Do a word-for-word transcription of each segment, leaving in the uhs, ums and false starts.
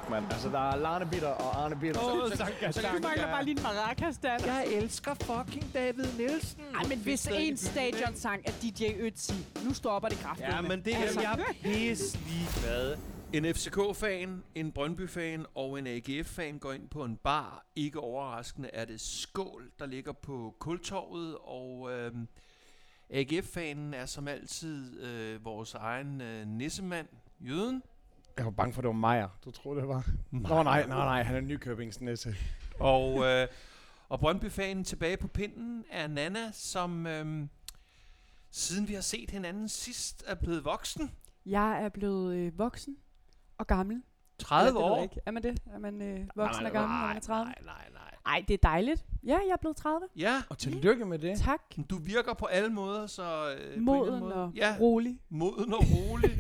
fuck, mand. Altså, der er Larne Bitter og Arne Bitter. Åh, så, så, Sanka, så, Sanka. Du mangler bare lige en maracas, Dan. Jeg elsker fucking David Nielsen. Ej, men hvis en stadion-sang er D J Ötzi, nu stopper det kraftigt. Ja, men det er Altså. jeg er pisse ligeglad. En F C K-fan, en Brøndby-fan og en A G F-fan går ind på en bar. Ikke overraskende er det Skål, der ligger på Kultorvet, og øhm, A G F-fanen er som altid øh, vores egen øh, nissemand, Jøden. Jeg var bange for, det var Meier. Du troede, det var? Nå nej, nej, nej, han er Nykøbings nisse. Og, øh, og Brøndby-fanen tilbage på pinden er Nana, som øhm, siden vi har set hinanden sidst er blevet voksen. Jeg er blevet øh, voksen og gammel. tredive Ja, det ved jeg år. ikke. Er man det? Er man øh, voksen og gammel, når man er tredive? Nej, nej, nej. Ej, det er dejligt. Ja, jeg er blevet tredive. Ja, Og tillykke med det. Tak. du virker på alle måder, så... Øh, på en eller Moden anden måde. og Ja, rolig. moden og rolig.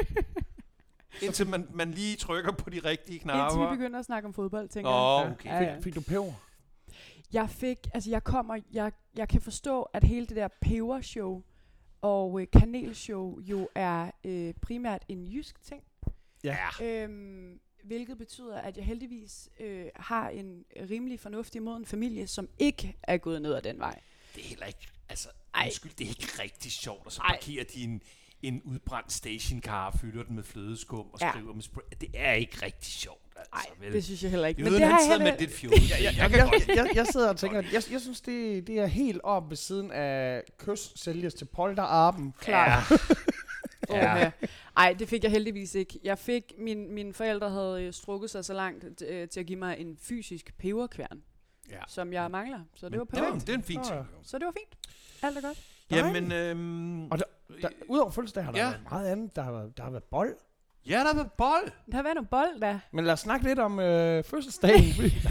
Indtil man, man lige trykker på de rigtige knapper. Indtil vi begynder at snakke om fodbold, tænker Åh, jeg. okay. Ja, ja. Fik, fik du peber? Jeg fik, altså jeg kommer, jeg, jeg kan forstå, at hele det der pebershow og øh, kanelshow jo er øh, primært en jysk ting. Ja. Øhm, hvilket betyder, at jeg heldigvis øh, har en rimelig fornuftig moden familie, som ikke er gået ned ad den vej. Det er heller ikke... Altså, Ej. undskyld, det er ikke rigtig sjovt, og så Ej. parkerer de en, en udbrændt stationcar, fylder den med flødeskum og Ja. skriver med spray. Det er ikke rigtig sjovt, altså. Nej, vel? det synes jeg heller ikke. Jøden, Men det har han jeg sidder heller... med dit fjol. Jeg, jeg, Jeg, jeg, jeg, jeg sidder og tænker, jeg, jeg synes, det, det er helt op ved siden af kys sælges til polterarben. Klart. Ja. Ja. Ej, det fik jeg heldigvis ikke. Jeg fik, min, mine forældre havde øh, strukket sig så langt øh, til at give mig en fysisk peberkværn, Ja. som jeg mangler. Så det var det, var, perfekt. det er en fin Nå, ting. ja. jo. Så det var fint. Alt er godt. Jamen, øhm, Og der, der, udover fødselsdag har der Ja. været meget andet. Der har været, der har været bold. ja, der var bold. Der har været nogle bold, der. Men lad os snakke lidt om øh, fødselsdagen.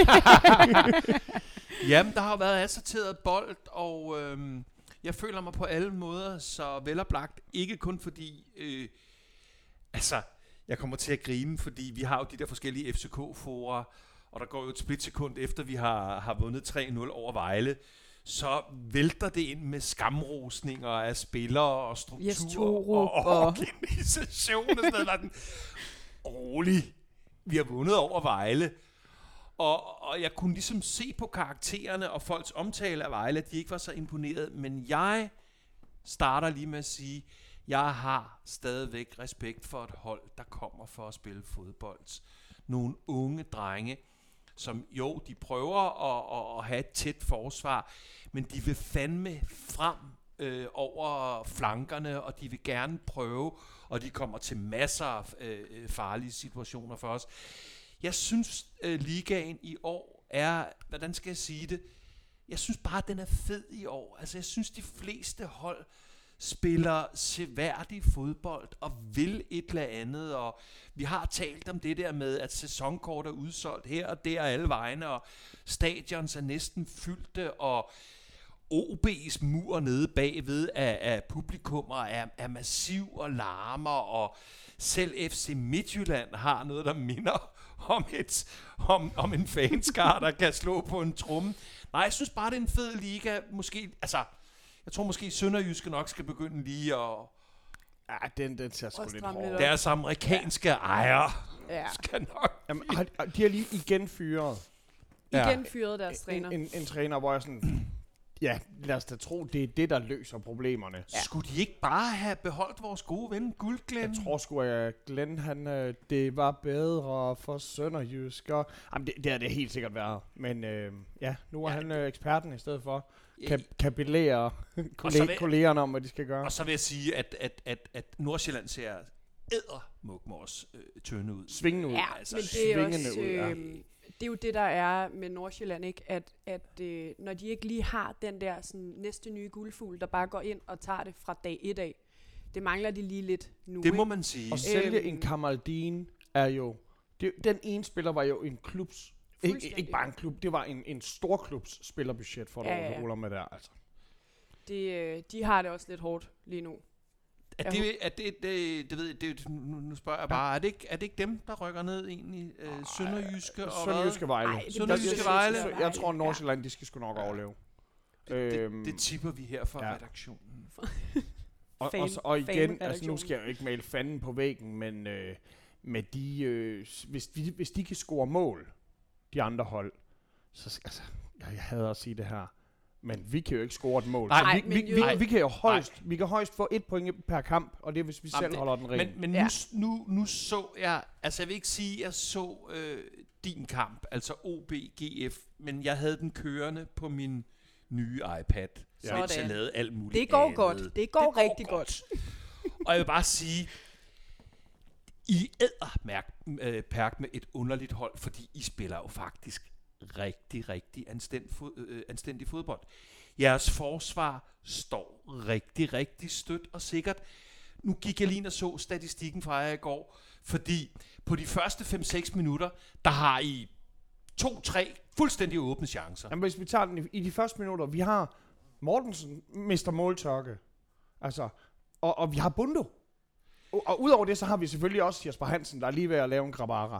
Jamen, der har været assorteret bold, og øhm, jeg føler mig på alle måder så veloplagt. Ikke kun fordi, øh, altså, jeg kommer til at grine, fordi vi har jo de der forskellige F C K-forer, og der går jo et splitsekund efter, vi har, har vundet tre nul over Vejle, så vælter det ind med skamrosninger af spillere og strukturer Jes Torup og, og og- organisation og sådan noget. Var den, rolig, vi har vundet over Vejle. Og, og jeg kunne ligesom se på karaktererne og folks omtale af Vejle, at de ikke var så imponeret. Men jeg starter lige med at sige, jeg har stadigvæk respekt for et hold, der kommer for at spille fodbold. Nogle unge drenge, som jo, de prøver at, at, at have et tæt forsvar, men de vil fandme frem øh, over flankerne, og de vil gerne prøve, og de kommer til masser af øh, farlige situationer for os. Jeg synes, øh, ligaen i år er, hvordan skal jeg sige det, jeg synes bare, at den er fed i år. Altså, jeg synes, de fleste hold spiller seværdig fodbold og vil et eller andet, og vi har talt om det der med, at sæsonkort er udsolgt her og der alle vegne, og stadions er næsten fyldte, og O B's mur nede bagved af, af publikummer er, er massiv og larmer, og selv F C Midtjylland har noget, der minder om, et, om, om en fanskar, der kan slå på en tromme. Nej, jeg synes bare, det er en fed liga. Måske, altså, jeg tror måske Sønderjyske nok skal begynde lige at... Ja, den, den ser sgu Og lidt stramme hård. lidt op. Deres amerikanske ejere Ja. skal nok... Jamen, har, de har lige igen fyret Igen fyrede deres en, træner. en, en træner, hvor jeg sådan... Ja, lad os da tro, det er det, der løser problemerne. Ja. Skulle de ikke bare have beholdt vores gode ven, Guldglenn? Jeg tror sgu, at Glenn, han, øh, det var bedre for Sønderjysk. Og, jamen, det, det har det helt sikkert været. Men øh, ja, nu er Ja, han øh, eksperten i stedet for. Ja. Kan kapillære Og så kolleg- vil- kollegerne om, hvad de skal gøre. Og så vil jeg sige, at, at, at, at Nordsjælland ser ædermukmors øh, tynde ud. Svingende ud. Ja, altså, men det er svingende også, ud, ja. øh, det er jo det, der er med Nordsjælland, ikke? At, at øh, når de ikke lige har den der sådan, næste nye guldfugl, der bare går ind og tager det fra dag et af, det mangler de lige lidt nu. Det må ikke? man sige. Og sælge Øhm. en Kamaldin er jo... Det, den ene spiller var jo en klubs... Ikke, Fuldstændig. ikke bare en klub, det var en, en stor klubs spillerbudget for at Ja, ja, ja, ja. ja. ruller med der, altså. Det, øh, de har det også lidt hårdt lige nu. Er det, er det, det, det ved jeg, det, nu, nu spørger jeg bare, er det, ikke, er det ikke dem, der rykker ned egentlig? Øh, Sønderjyske og Sønderjyske Vejle. Ej, det Sønderjyske bliver- Vejle. Så jeg tror, Nordsjælland, de skal sgu nok overleve. Øhm, Det, det tipper vi her fra ja. redaktionen. og, fan- og, så, og igen, fan-redaktionen. altså nu skal jeg jo ikke male fanden på væggen, men, øh, med de, øh, hvis, de, hvis de kan score mål, de andre hold, så altså, jeg, jeg hader at sige det her, men vi kan jo ikke score et mål. Nej, vi, vi, vi, vi, vi kan jo højst, vi kan højst få et point per kamp, og det er, hvis vi Jamen, selv det, holder den ren. Men, men ja. nu, nu, nu så jeg, altså jeg vil ikke sige, at jeg så øh, din kamp, altså O B G F, men jeg havde den kørende på min nye iPad, ja. Mens jeg lavede alt muligt Det går andet. godt, det går, det går rigtig godt. godt. Og jeg vil bare sige, I æder øh, perk med et underligt hold, fordi I spiller jo faktisk rigtig, rigtig anstændig, fod, øh, anstændig fodbold. Jeres forsvar står rigtig, rigtig stødt og sikkert. Nu gik jeg lige ind og så statistikken fra jer i går, fordi på de første fem seks minutter, der har I to-tre fuldstændig åbne chancer. Jamen, hvis vi tager den i, i de første minutter, vi har Mortensen, mister måltørke, altså, og, og vi har Bundo. Og, og udover det, så har vi selvfølgelig også Jesper Hansen, der er lige ved at lave en Grabara.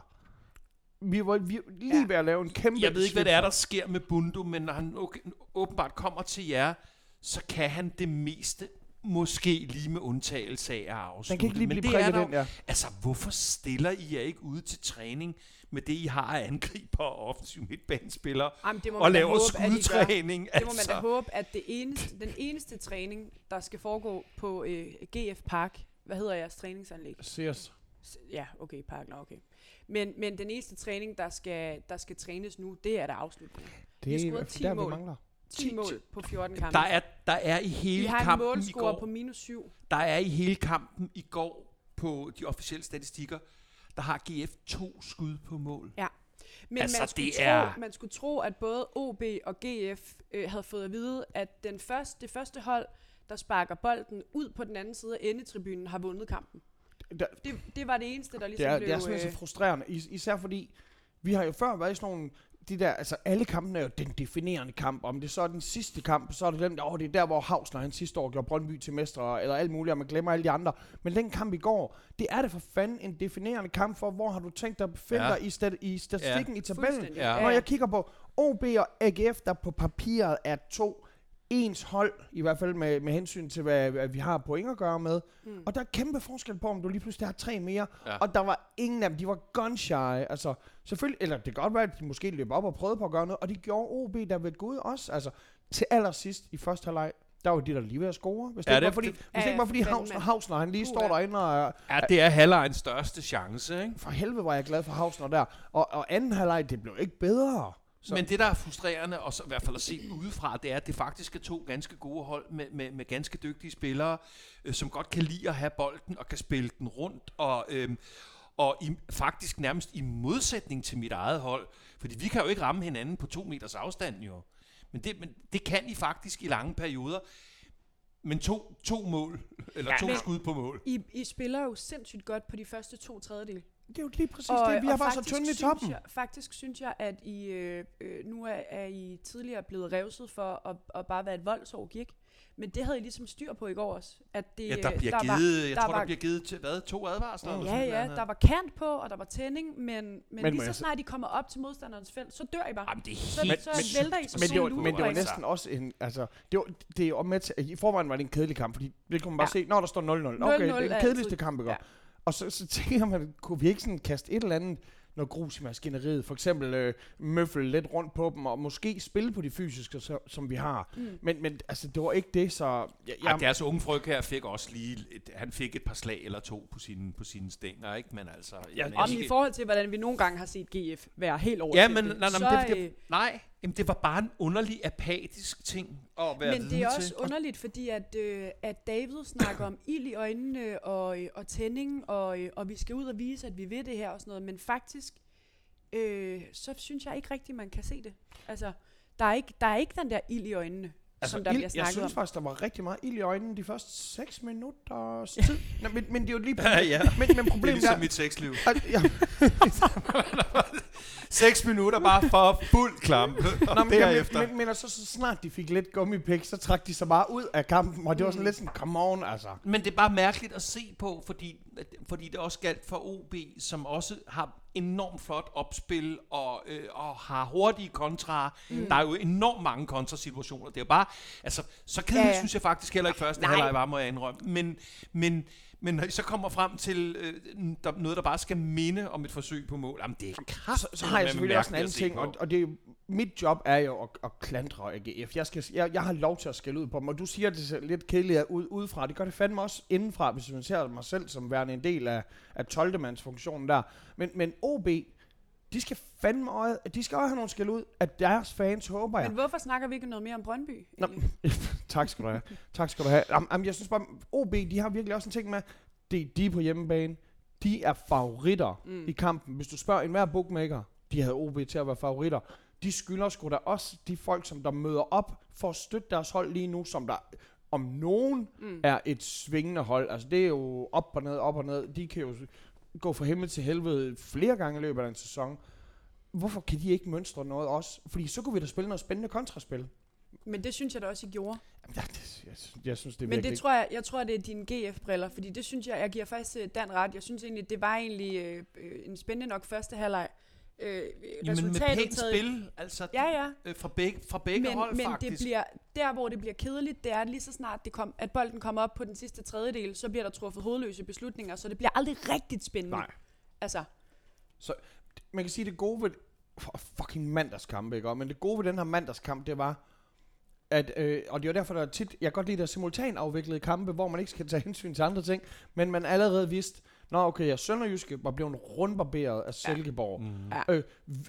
Vi var vi, lige ja. ved at lave en kæmpe... Jeg ved ikke, hvad det er, der sker med Bundo, men når han åbenbart kommer til jer, så kan han det meste, måske lige med undtagelse af at afslutte. Den kan ikke lige men blive det er den, ja. Altså, hvorfor stiller I jer ikke ude til træning med det, I har af angriber og offensiv midtbanespillere, og laver skudtræning? Altså. Det må man da håbe, at det eneste, den eneste træning, der skal foregå på øh, G F Park, hvad hedder jeres træningsanlæg? Sears. Ja, okay, Park, nå, okay. Men, men den eneste træning, der skal, der skal trænes nu, det er der afslutning. Det er scoret ti der, mål. Vi mangler. ti mål på fjorten kampe. Der er, der er i hele kampen i går... Vi har en målscore på minus syv. Der er i hele kampen i går på de officielle statistikker, der har G F to skud på mål. Ja. Men altså, man, skulle tro, er... man skulle tro, at både O B og G F øh, havde fået at vide, at den første, det første hold, der sparker bolden ud på den anden side af endetribunen, har vundet kampen. Der, det, det var det eneste, der ligesom det er, blev... Det er simpelthen øh... så frustrerende, Is- især fordi vi har jo før været i sådan nogle... De der, altså alle kampene er jo den definerende kamp. Om det så er den sidste kamp, så er det den, åh, det er der, hvor Hausner han sidste år gjorde Brøndby til mestre, eller alt muligt, og man glemmer alle de andre. Men den kamp i går, det er det for fanden en definerende kamp for, hvor har du tænkt dig at befinde ja. dig i, stat- i statistikken ja. i tabellen. Ja. Når jeg kigger på O B og A G F, der på papiret er to ens hold, i hvert fald med, med hensyn til, hvad, hvad vi har point at gøre med. Mm. Og der er kæmpe forskel på, om du lige pludselig har tre mere. Ja. Og der var ingen af dem, de var gun shy. Altså, selvfølgelig, eller det kan godt være, at de måske løb op og prøvede på at gøre noget, og de gjorde O B, der ved Gud også. Altså, til allersidst i første halvleg, der var de der lige ved at score. Hvis det ja, ikke det, var fordi, det, hvis det ikke var fordi Hausner, Hausner, han lige uh, står derinde og... Ja, det er halvlegens største chance, ikke? For helvede var jeg glad for Hausner der. Og, og anden halvleg, det blev ikke bedre. Så. Men det, der er frustrerende, og så i hvert fald at se udefra, det er, at det faktisk er to ganske gode hold med, med, med ganske dygtige spillere, øh, som godt kan lide at have bolden og kan spille den rundt, og, øh, og i, faktisk nærmest i modsætning til mit eget hold, fordi vi kan jo ikke ramme hinanden på to meters afstand jo. Men det, men det kan I faktisk i lange perioder. Men to, to mål, eller ja, to skud på mål. I, I spiller jo sindssygt godt på de første to tredjedel. Det er jo lige præcis og, det. Vi har bare så tynde i toppen. Jeg, faktisk synes jeg, at I øh, øh, nu er, er I tidligere blevet revset for at, at bare være et voldsorg, ikke? Men det havde I ligesom styr på i går også. At det, ja, der bliver der givet, var, jeg der tror, var, der bliver givet til hvad? To advarsler? Ja, eller sådan ja, noget. der var kant på, og der var tænding, men, men, men lige så snart I kommer op til modstanderens felt, så dør I bare. Jamen, det er så, helt, så, så vælter I så men, det var, ud, men det var næsten også en, altså, det, var, det er jo med til, i forvejen var det en kedelig kamp, fordi det kunne man bare ja. se, når der står nul nul. Okay, det er den kedeligste kamp i går. Ja. Og så, så tænker man, kunne vi ikke sådan kaste et eller andet noget grus i maskineriet, for eksempel øh, møffle lidt rundt på dem, og måske spille på de fysiske, så, som vi har. Mm. Men, men altså, det var ikke det, så... Ja, ja, Ej, deres unge fryg her fik også lige... Et, han fik et par slag eller to på sine, på sine stænger, ikke? Men altså... Ja, om i forhold til, hvordan vi nogle gange har set G F være helt over. Ja, men nej, nej, så, det, det, nej jamen, det var bare en underlig apatisk ting at være men det er også til. underligt, fordi at, øh, at David snakker om ild i øjnene og, og tænding, og, og vi skal ud og vise, at vi vil det her og sådan noget, men faktisk, øh, så synes jeg ikke rigtigt, man kan se det. Altså, der er ikke, der er ikke den der ild i øjnene, altså, som der ild, bliver snakket om. Jeg synes faktisk, der var rigtig meget ild i øjnene de første seks minutter tid. Nå, men, men det er jo lige... ja, ja. Men, men problemet det er ligesom der, mit sexliv. Ja. Seks minutter bare for fuld klampe. Nå, men, derefter. Men, men, men så, så snart de fik lidt gummipik, så trak de sig bare ud af kampen, og det var sådan mm. lidt sådan, come on, altså. Men det er bare mærkeligt at se på, fordi, fordi det også galt for O B, som også har enormt flot opspil, og, øh, og har hurtige kontra. Mm. Der er jo enormt mange kontrasituationer. Det er jo bare, altså, så kedeligt ja, ja. synes jeg faktisk heller ikke første halvleg var, må jeg indrømme. Men, men, Men når I så kommer frem til øh, der, noget, der bare skal minde om et forsøg på mål, jamen det er kraft, så, så har jeg selvfølgelig også en anden ting, og, og det er, mit job er jo at, at klandre A G F. Jeg, skal, jeg, jeg har lov til at skælde ud på dem, og du siger, det er lidt kedeligt ud, udefra. Det gør det fandme også indenfra, hvis man ser mig selv som værende en del af, af tolvte-mandsfunktionen der. Men, men O B, de skal fandme øje, de skal også have nogle skæld ud af deres fans, håber jeg. Men hvorfor snakker vi ikke noget mere om Brøndby? Nå, tak skal du have. Tak skal du have. Jamen, jamen, jeg synes bare, O B, de har virkelig også en ting med, det, de er på hjemmebane. De er favoritter mm. i kampen. Hvis du spørger enhver bookmaker, de havde O B til at være favoritter. De skylder sgu da også de folk, som der møder op for at støtte deres hold lige nu, som der om nogen mm. er et svingende hold. Altså det er jo op og ned, op og ned. De kan jo gå fra himmel til helvede flere gange i løbet af en sæson. Hvorfor kan de ikke mønstre noget også? Fordi så kunne vi da spille noget spændende kontraspil. Men det synes jeg da også, I gjorde. Jamen, jeg, det, jeg, jeg synes, det er Men virkelig... det tror jeg, jeg tror, det er dine G F-briller, fordi det synes jeg, jeg giver faktisk Dan ret. Jeg synes egentlig, det var egentlig øh, en spændende nok første halvleg. Øh, Jamen med pænt spil, altså ja, ja. Øh, fra begge, fra begge men, hold men faktisk. Men det bliver, der hvor det bliver kedeligt, det er lige så snart, det kom, at bolden kommer op på den sidste tredjedel, så bliver der truffet hovedløse beslutninger, så det bliver aldrig rigtigt spændende. Nej. Altså. Så man kan sige, det gode ved... Fucking mandagskamp, ikke? Men det gode ved den her mandagskamp, det var, at, øh, og det var derfor, der er tit, jeg kan godt lide der simultan afviklede kampe, hvor man ikke skal tage hensyn til andre ting, men man allerede vidste, nå okay, jeg Sønderjyske var blevet rundbarberet af Silkeborg. Ja. Mm. Øh,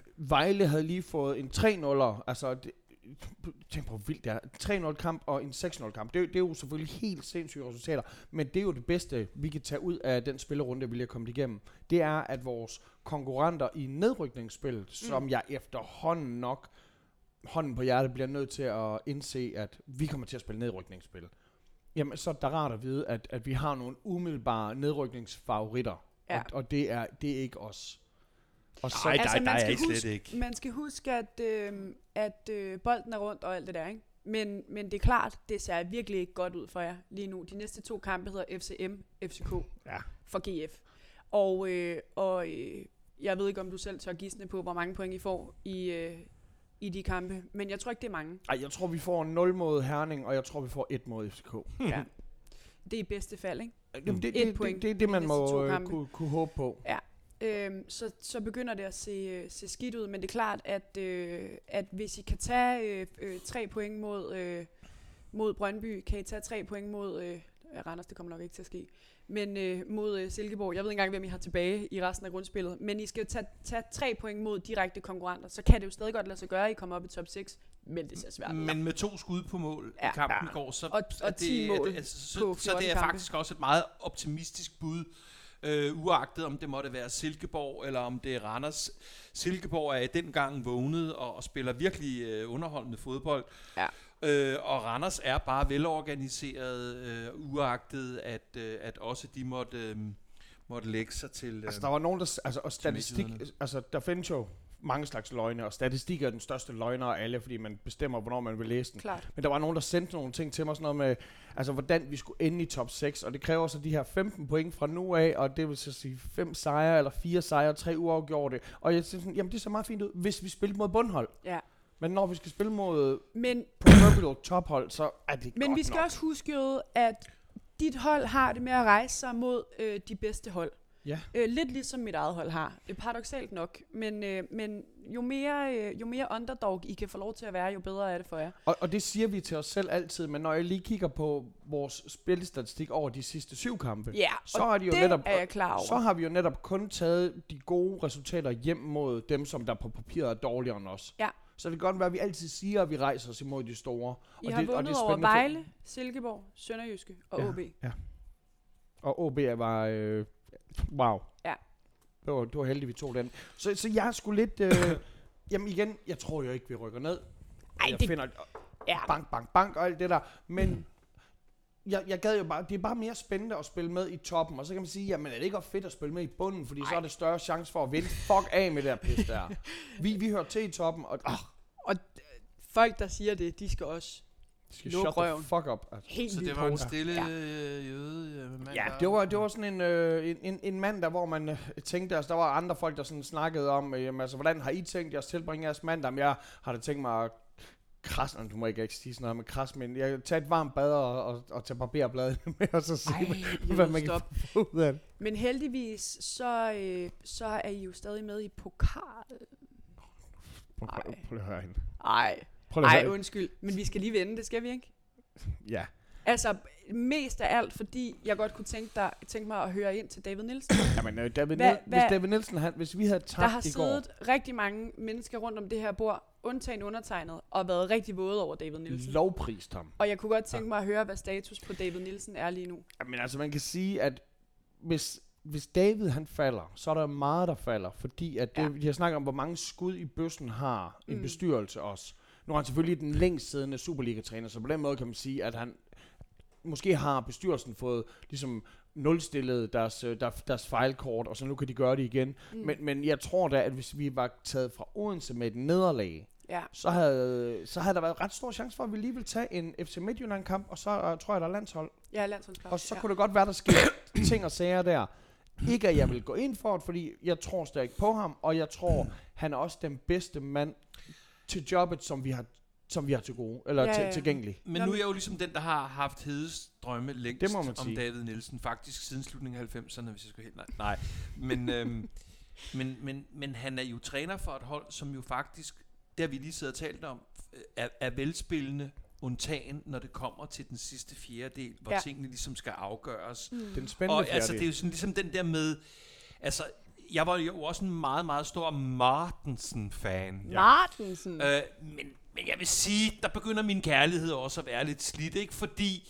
Vejle havde lige fået en tre nuller, altså, det, tænk på hvor vildt det er, tre nul kamp og en seks nul kamp, det, det er jo selvfølgelig helt sindssyge resultater, men det er jo det bedste, vi kan tage ud af den spillerunde, vi lige har kommet igennem. Det er, at vores konkurrenter i nedrykningsspillet, mm. som jeg efterhånden nok, hånden på hjertet, bliver nødt til at indse, at vi kommer til at spille nedrykningsspil. Jamen, så er det rart at vide, at, at vi har nogle umiddelbare nedrykningsfavoritter, ja. og, og det, er, det er ikke os. Og så, nej, altså, der, der er jeg slet huske, ikke. Man skal huske, at, øh, at øh, bolden er rundt og alt det der, ikke? Men, men det er klart, det ser virkelig ikke godt ud for jer lige nu. De næste to kampe hedder F C M, F C K ja. for G F. Og, øh, og øh, jeg ved ikke, om du selv tør gisne på, hvor mange point I får i, øh, i de kampe. Men jeg tror ikke, det er mange. Ej, jeg tror, vi får nul mod Herning, og jeg tror, vi får et mod F C K. Ja. Det er i bedste fald, ikke? Jamen, det, det, det, det er det, man må øh, kunne, kunne håbe på. Ja. Øhm, så, så begynder det at se, se skidt ud, men det er klart, at, øh, at hvis I kan tage øh, øh, tre point mod, øh, mod Brøndby, kan I tage tre point mod øh, Randers, det kommer nok ikke til at ske, men øh, mod øh, Silkeborg. Jeg ved ikke engang, hvem I har tilbage i resten af grundspillet, men I skal jo tage, tage tre point mod direkte konkurrenter, så kan det jo stadig godt lade sig gøre, at I kommer op i top seks, men det ser svært ud. Men med to skud på mål ja. i kampen i ja. går, så og, og er ti mål det, altså, så, så, så det er kampe. faktisk også et meget optimistisk bud. Uh, uagtet om det måtte være Silkeborg eller om det er Randers. Silkeborg er i den gang vågnet og, og spiller virkelig uh, underholdende fodbold. Ja. Uh, og Randers er bare velorganiseret, uh, uagtet at, uh, at også de måtte, uh, måtte lægge sig til uh, altså der var nogen der altså og statistik altså der findes jo mange slags løgne, og statistik er den største løgner af alle, fordi man bestemmer, hvornår man vil læse den. Klart. Men der var nogen, der sendte nogle ting til mig, sådan noget med, altså hvordan vi skulle ende i top seks, og det kræver så de her femten point fra nu af, og det vil så sige fem sejre, eller fire sejre, tre uafgjorte. Og jeg synes sådan, jamen det ser meget fint ud, hvis vi spiller mod bundhold. Ja. Men når vi skal spille mod men, proverbial tophold, så er det Men godt vi skal nok. også huske jo, at dit hold har det med at rejse sig mod øh, de bedste hold. Ja. Øh, lidt ligesom mit eget hold har. Øh, paradoksalt nok. Men, øh, men jo, mere, øh, jo mere underdog I kan få lov til at være, jo bedre er det for jer. Og, og det siger vi til os selv altid, men når jeg lige kigger på vores spilstatistik over de sidste syv kampe, ja, så, er de jo det netop, er jeg klar over. Så har vi jo netop kun taget de gode resultater hjem mod dem, som der på papiret er dårligere end os. Ja. Så det kan godt være, at vi altid siger, at vi rejser os imod de store. I og har det, vundet og det er over Vejle, Silkeborg, Sønderjyske og ja, O B. Ja. Og O B var... Øh, wow. Ja. Det var, det var heldigt, vi tog den. Så, så jeg skulle lidt... Øh, jamen igen, jeg tror jo ikke, vi rykker ned. Ej, jeg det... finder Ja. bank, bank, bank og alt det der. Men mm. jeg, jeg gad jo bare... Det er bare mere spændende at spille med i toppen. Og så kan man sige, jamen er det ikke også fedt at spille med i bunden? Fordi Ej. så er det større chance for at vinde. Fuck af med det der pis der. vi, vi hører til i toppen. Og, oh. og folk, der siger det, de skal også... skal shut the fuck up. Altså. Helt så det var en stille ja. jøde mand. Ja, det var, det var sådan en, øh, en, en, en mand, der hvor man øh, tænkte, altså der var andre folk, der sådan snakkede om, øh, jamen, altså hvordan har I tænkt jer at tilbringe jeres mandag? Jamen jeg har da tænkt mig at kras, du må ikke, ikke sige sådan noget med kras, men jeg tager et varmt bad og, og, og tager barberbladet med, og så se, Ej, hvad man kan få ud af det. Men heldigvis, så, øh, så er I jo stadig med i pokal. Prøv, prøv, prøv at høre hende. Ej, Prøv at høre ej, hende. undskyld, men vi skal lige vende det, skal vi ikke? Ja. Altså, mest af alt, fordi jeg godt kunne tænke, dig, tænke mig at høre ind til David Nielsen. Jamen, øh, David, Hva, Niel- hvis David Nielsen, han, hvis vi havde tabt der har i går... siddet rigtig mange mennesker rundt om det her bord, undtagen undertegnet, og været rigtig våde over David Nielsen. Lovprist ham. Og jeg kunne godt tænke mig at høre, hvad status på David Nielsen er lige nu. Jamen, altså, man kan sige, at hvis, hvis David han falder, så er der meget, der falder, fordi at det, Ja. de har snakket om, hvor mange skud i bøssen har en Mm. bestyrelse også. Nu er han selvfølgelig den længst siddende Superliga-træner, så på den måde kan man sige, at han måske har bestyrelsen fået ligesom nulstillet deres, øh, der, deres fejlkort, og så nu kan de gøre det igen. Mm. Men, men jeg tror da, at hvis vi var taget fra Odense med et nederlag, Ja. så havde, så havde der været ret stor chance for, at vi lige ville tage en F C Midtjylland-kamp, og så uh, tror jeg, der er landshold. Ja, landsholdspause. Og så ja. kunne det godt være, der sker ting og sager der. Ikke at jeg vil gå ind for det, fordi jeg tror stadig på ham, og jeg tror, han er også den bedste mand til jobbet, som vi har, som vi har til gode, eller Ja, til, ja. tilgængelig. Men nu er jeg jo ligesom den, der har haft hedestrømme længst Det må man om sige. David Nielsen, faktisk siden slutningen af halvfemserne, hvis jeg skal helt nej. nej. Men, øhm, men, men, men han er jo træner for et hold, som jo faktisk, det har vi lige siddet og talt om, er, er velspillende, undtagen, når det kommer til den sidste fjerdedel, hvor Ja. tingene ligesom skal afgøres. Mm. Den spændende Og altså, det er jo sådan ligesom den der med, altså, jeg var jo også en meget, meget stor Martensen-fan. Martensen. Øh, men, men jeg vil sige, der begynder min kærlighed også at være lidt slidt, ikke? Fordi,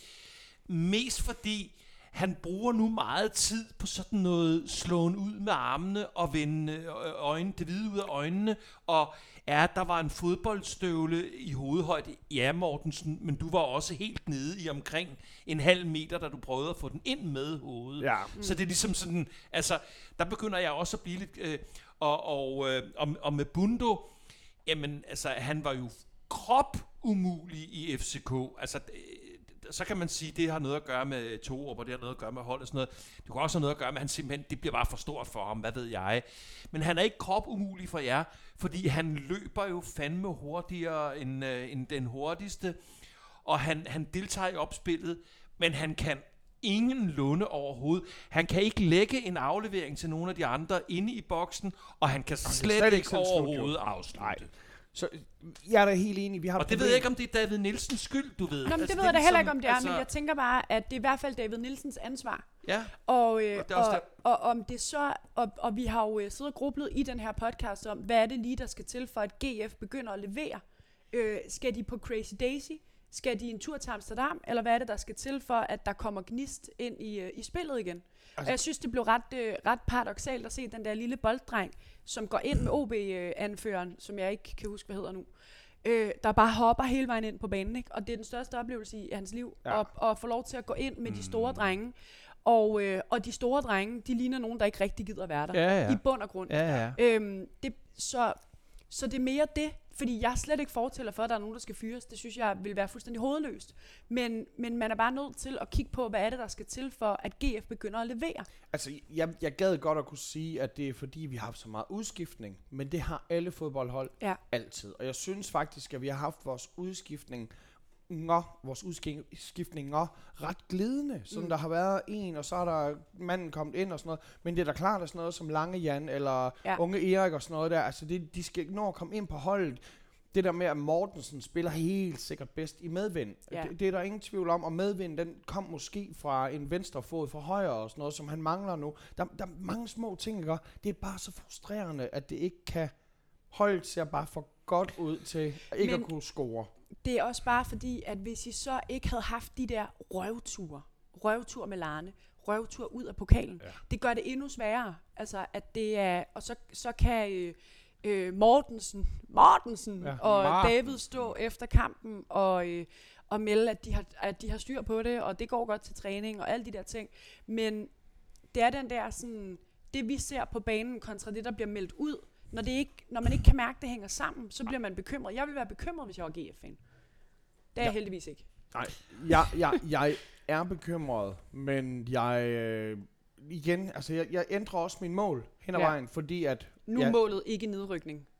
mest fordi, han bruger nu meget tid på sådan noget slåen ud med armene og vende øh, øjnene, det hvide ud af øjnene, og ja, der var en fodboldstøvle i hovedhøjde, ja Mortensen, men du var også helt nede i omkring en halv meter, da du prøvede at få den ind med hovedet. Ja. Mm. Så det er ligesom sådan, altså, der begynder jeg også at blive lidt, øh, og, og, øh, og, og med Bundo, jamen, altså, han var jo krop umulig i F C K, altså, øh, så kan man sige, det har noget at gøre med Torup, og det har noget at gøre med hold og sådan noget. Det kan også have noget at gøre med, at han simpelthen, det bliver bare for stort for ham, hvad ved jeg. Men han er ikke krop umulig for jer, fordi han løber jo fandme hurtigere end, øh, end den hurtigste, og han, han deltager i opspillet, men han kan ingen lunde overhovedet. Han kan ikke lægge en aflevering til nogle af de andre inde i boksen, og han kan slet, slet slet ikke ikke selv slutte, overhovedet jo. afslutte. Nej. Så jeg er da helt enig. Vi har Og et det ved problem. jeg ikke, om det er David Nielsens skyld, du ved. Nå, men Altså, det ved jeg da er heller ligesom- ikke, om det er, altså, men jeg tænker bare, at det er i hvert fald David Nielsens ansvar. Ja, Og, øh, Og det er også og, og, om det så, og, og vi har jo øh, siddet og grublet i den her podcast om, hvad er det lige, der skal til for, at G F begynder at levere? Øh, skal de på Crazy Daisy? Skal de en tur til Amsterdam? Eller hvad er det, der skal til for, at der kommer gnist ind i, øh, i spillet igen? Altså, og jeg synes, det blev ret, øh, ret paradoksalt at se den der lille bolddreng, som går ind med O B-anføreren, som jeg ikke kan huske, hvad hedder nu. Øh, der bare hopper hele vejen ind på banen, ikke? Og det er den største oplevelse i hans liv, Ja. at, at få lov til at gå ind med de store drenge. Og, øh, og de store drenge, de ligner nogen, der ikke rigtig gider at være der. Ja, ja. I bund og grund. Ja, ja. Øhm, det, så, så det er mere det, fordi jeg er slet ikke fortæller for, at der er nogen, der skal fyres. Det synes jeg vil være fuldstændig hovedløst. Men, men man er bare nødt til at kigge på, hvad er det, der skal til for, at G F begynder at levere. Altså, jeg, jeg gad godt at kunne sige, at det er fordi, vi har haft så meget udskiftning, men det har alle fodboldhold Ja. altid. Og jeg synes faktisk, at vi har haft vores udskiftning Ngå, vores udskiftninger ret glidende. Sådan mm. der har været en, og så er der manden kommet ind og sådan noget. Men det er da klart, at sådan noget som Lange Jan eller Ja. Unge Erik og sådan noget der, altså det, de skal nå at komme ind på holdet. Det der med, at Mortensen spiller helt sikkert bedst i medvind. Ja. Det, det er der ingen tvivl om, og medvind, den kom måske fra en venstre fod fra højre og sådan noget, som han mangler nu. Der, der er mange små ting, ikke? Det er bare så frustrerende, at det ikke kan holdet ser bare for godt ud til ikke Men at kunne score. Det er også bare fordi, at hvis I så ikke havde haft de der røvture, røvtur med Larne, røvtur ud af pokalen, ja. Det gør det endnu sværere. Altså, at det er, og så, så kan øh, øh, Mortensen, Mortensen Ja, og Marten. David stå efter kampen og, øh, og melde, at de, har, at de har styr på det, og det går godt til træning og alle de der ting. Men det er den der sådan, det vi ser på banen kontra det, der bliver meldt ud, når, det ikke, når man ikke kan mærke, at det hænger sammen, så bliver man bekymret. Jeg ville være bekymret, hvis jeg var G F-fan. Det er jeg Ja. heldigvis ikke. Nej, jeg, jeg, jeg er bekymret, men jeg øh, igen, altså jeg, jeg ændrer også min mål hen ad Ja. vejen, fordi at Nu ja, er målet ikke nedrykning.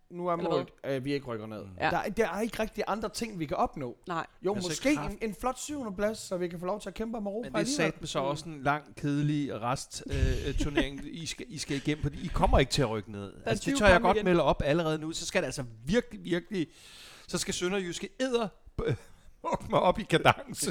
nu er målet, at vi ikke rykker ned. Mm. Ja. Der, der er ikke rigtig andre ting, vi kan opnå. Nej. Jo, måske en, en flot syvende plads, så vi kan få lov til at kæmpe om Europa. Men det er sat med så også en lang, kedelig restturnering, I, skal, I skal igennem, fordi I kommer ikke til at rykke ned. Altså, det tør jeg godt igen. melde op allerede nu. Så skal det altså virkelig, virkelig... Så skal Sønderjyske edder hugge mig op i kadence.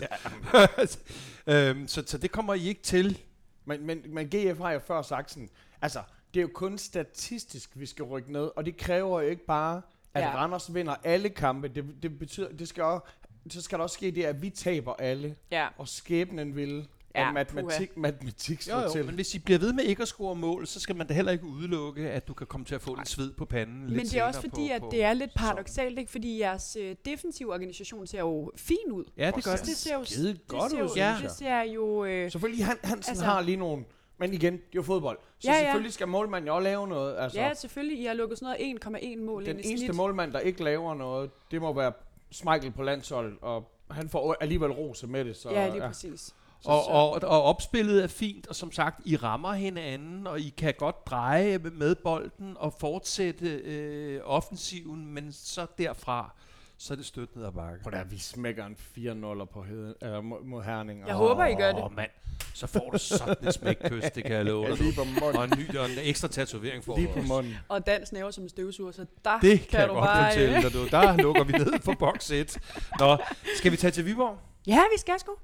Ja. øhm, så, så det kommer I ikke til. Men, men, men G F har jo før sagt sådan, altså, det er jo kun statistisk, vi skal rykke ned, og det kræver jo ikke bare, at ja. Randers vinder alle kampe. Det, det betyder, det skal også, så skal der også ske det, at vi taber alle, ja. Og skæbnen vil, ja, og matematik, matematik slår til. Men hvis I bliver ved med ikke at score mål, så skal man da heller ikke udelukke, at du kan komme til at få lidt sved på panden. Men lidt det er også fordi, på, at det er lidt paradoksalt, ikke? Fordi jeres øh, defensive organisation ser jo fin ud. Ja, det gør det. Det ser jo skide godt ud, ja. Det ser jo... Øh, selvfølgelig, Han, Hansen altså, har lige nogle... Men igen, det er jo fodbold. Så ja, selvfølgelig skal målmanden jo også lave noget. Altså, ja, selvfølgelig. I har lukket sådan noget en komma en mål den ind i eneste snit. målmand, der ikke laver noget, det må være Schmeichel på landsholdet, og han får alligevel rose med det. Så, ja, lige ja. præcis. Så, og, og, og opspillet er fint, og som sagt, I rammer hinanden, og I kan godt dreje med bolden og fortsætte øh, offensiven, men så derfra, så er det stødt ned ad bakke. På der, vi smækker en fire nul på heden, øh, mod, mod Herning. Jeg oh, håber, I gør det. Åh, mand. Så får du sådan en smækkøs, det kan jeg love dig. Og en ny og en ekstra tatovering for lige på munden. Og dans næver som en støvsuger, så der det kan, kan du godt bare... fortælle dig, du. Der lukker vi ned på boks et. Nå, skal vi tage til Viborg? Ja, vi skal sgu.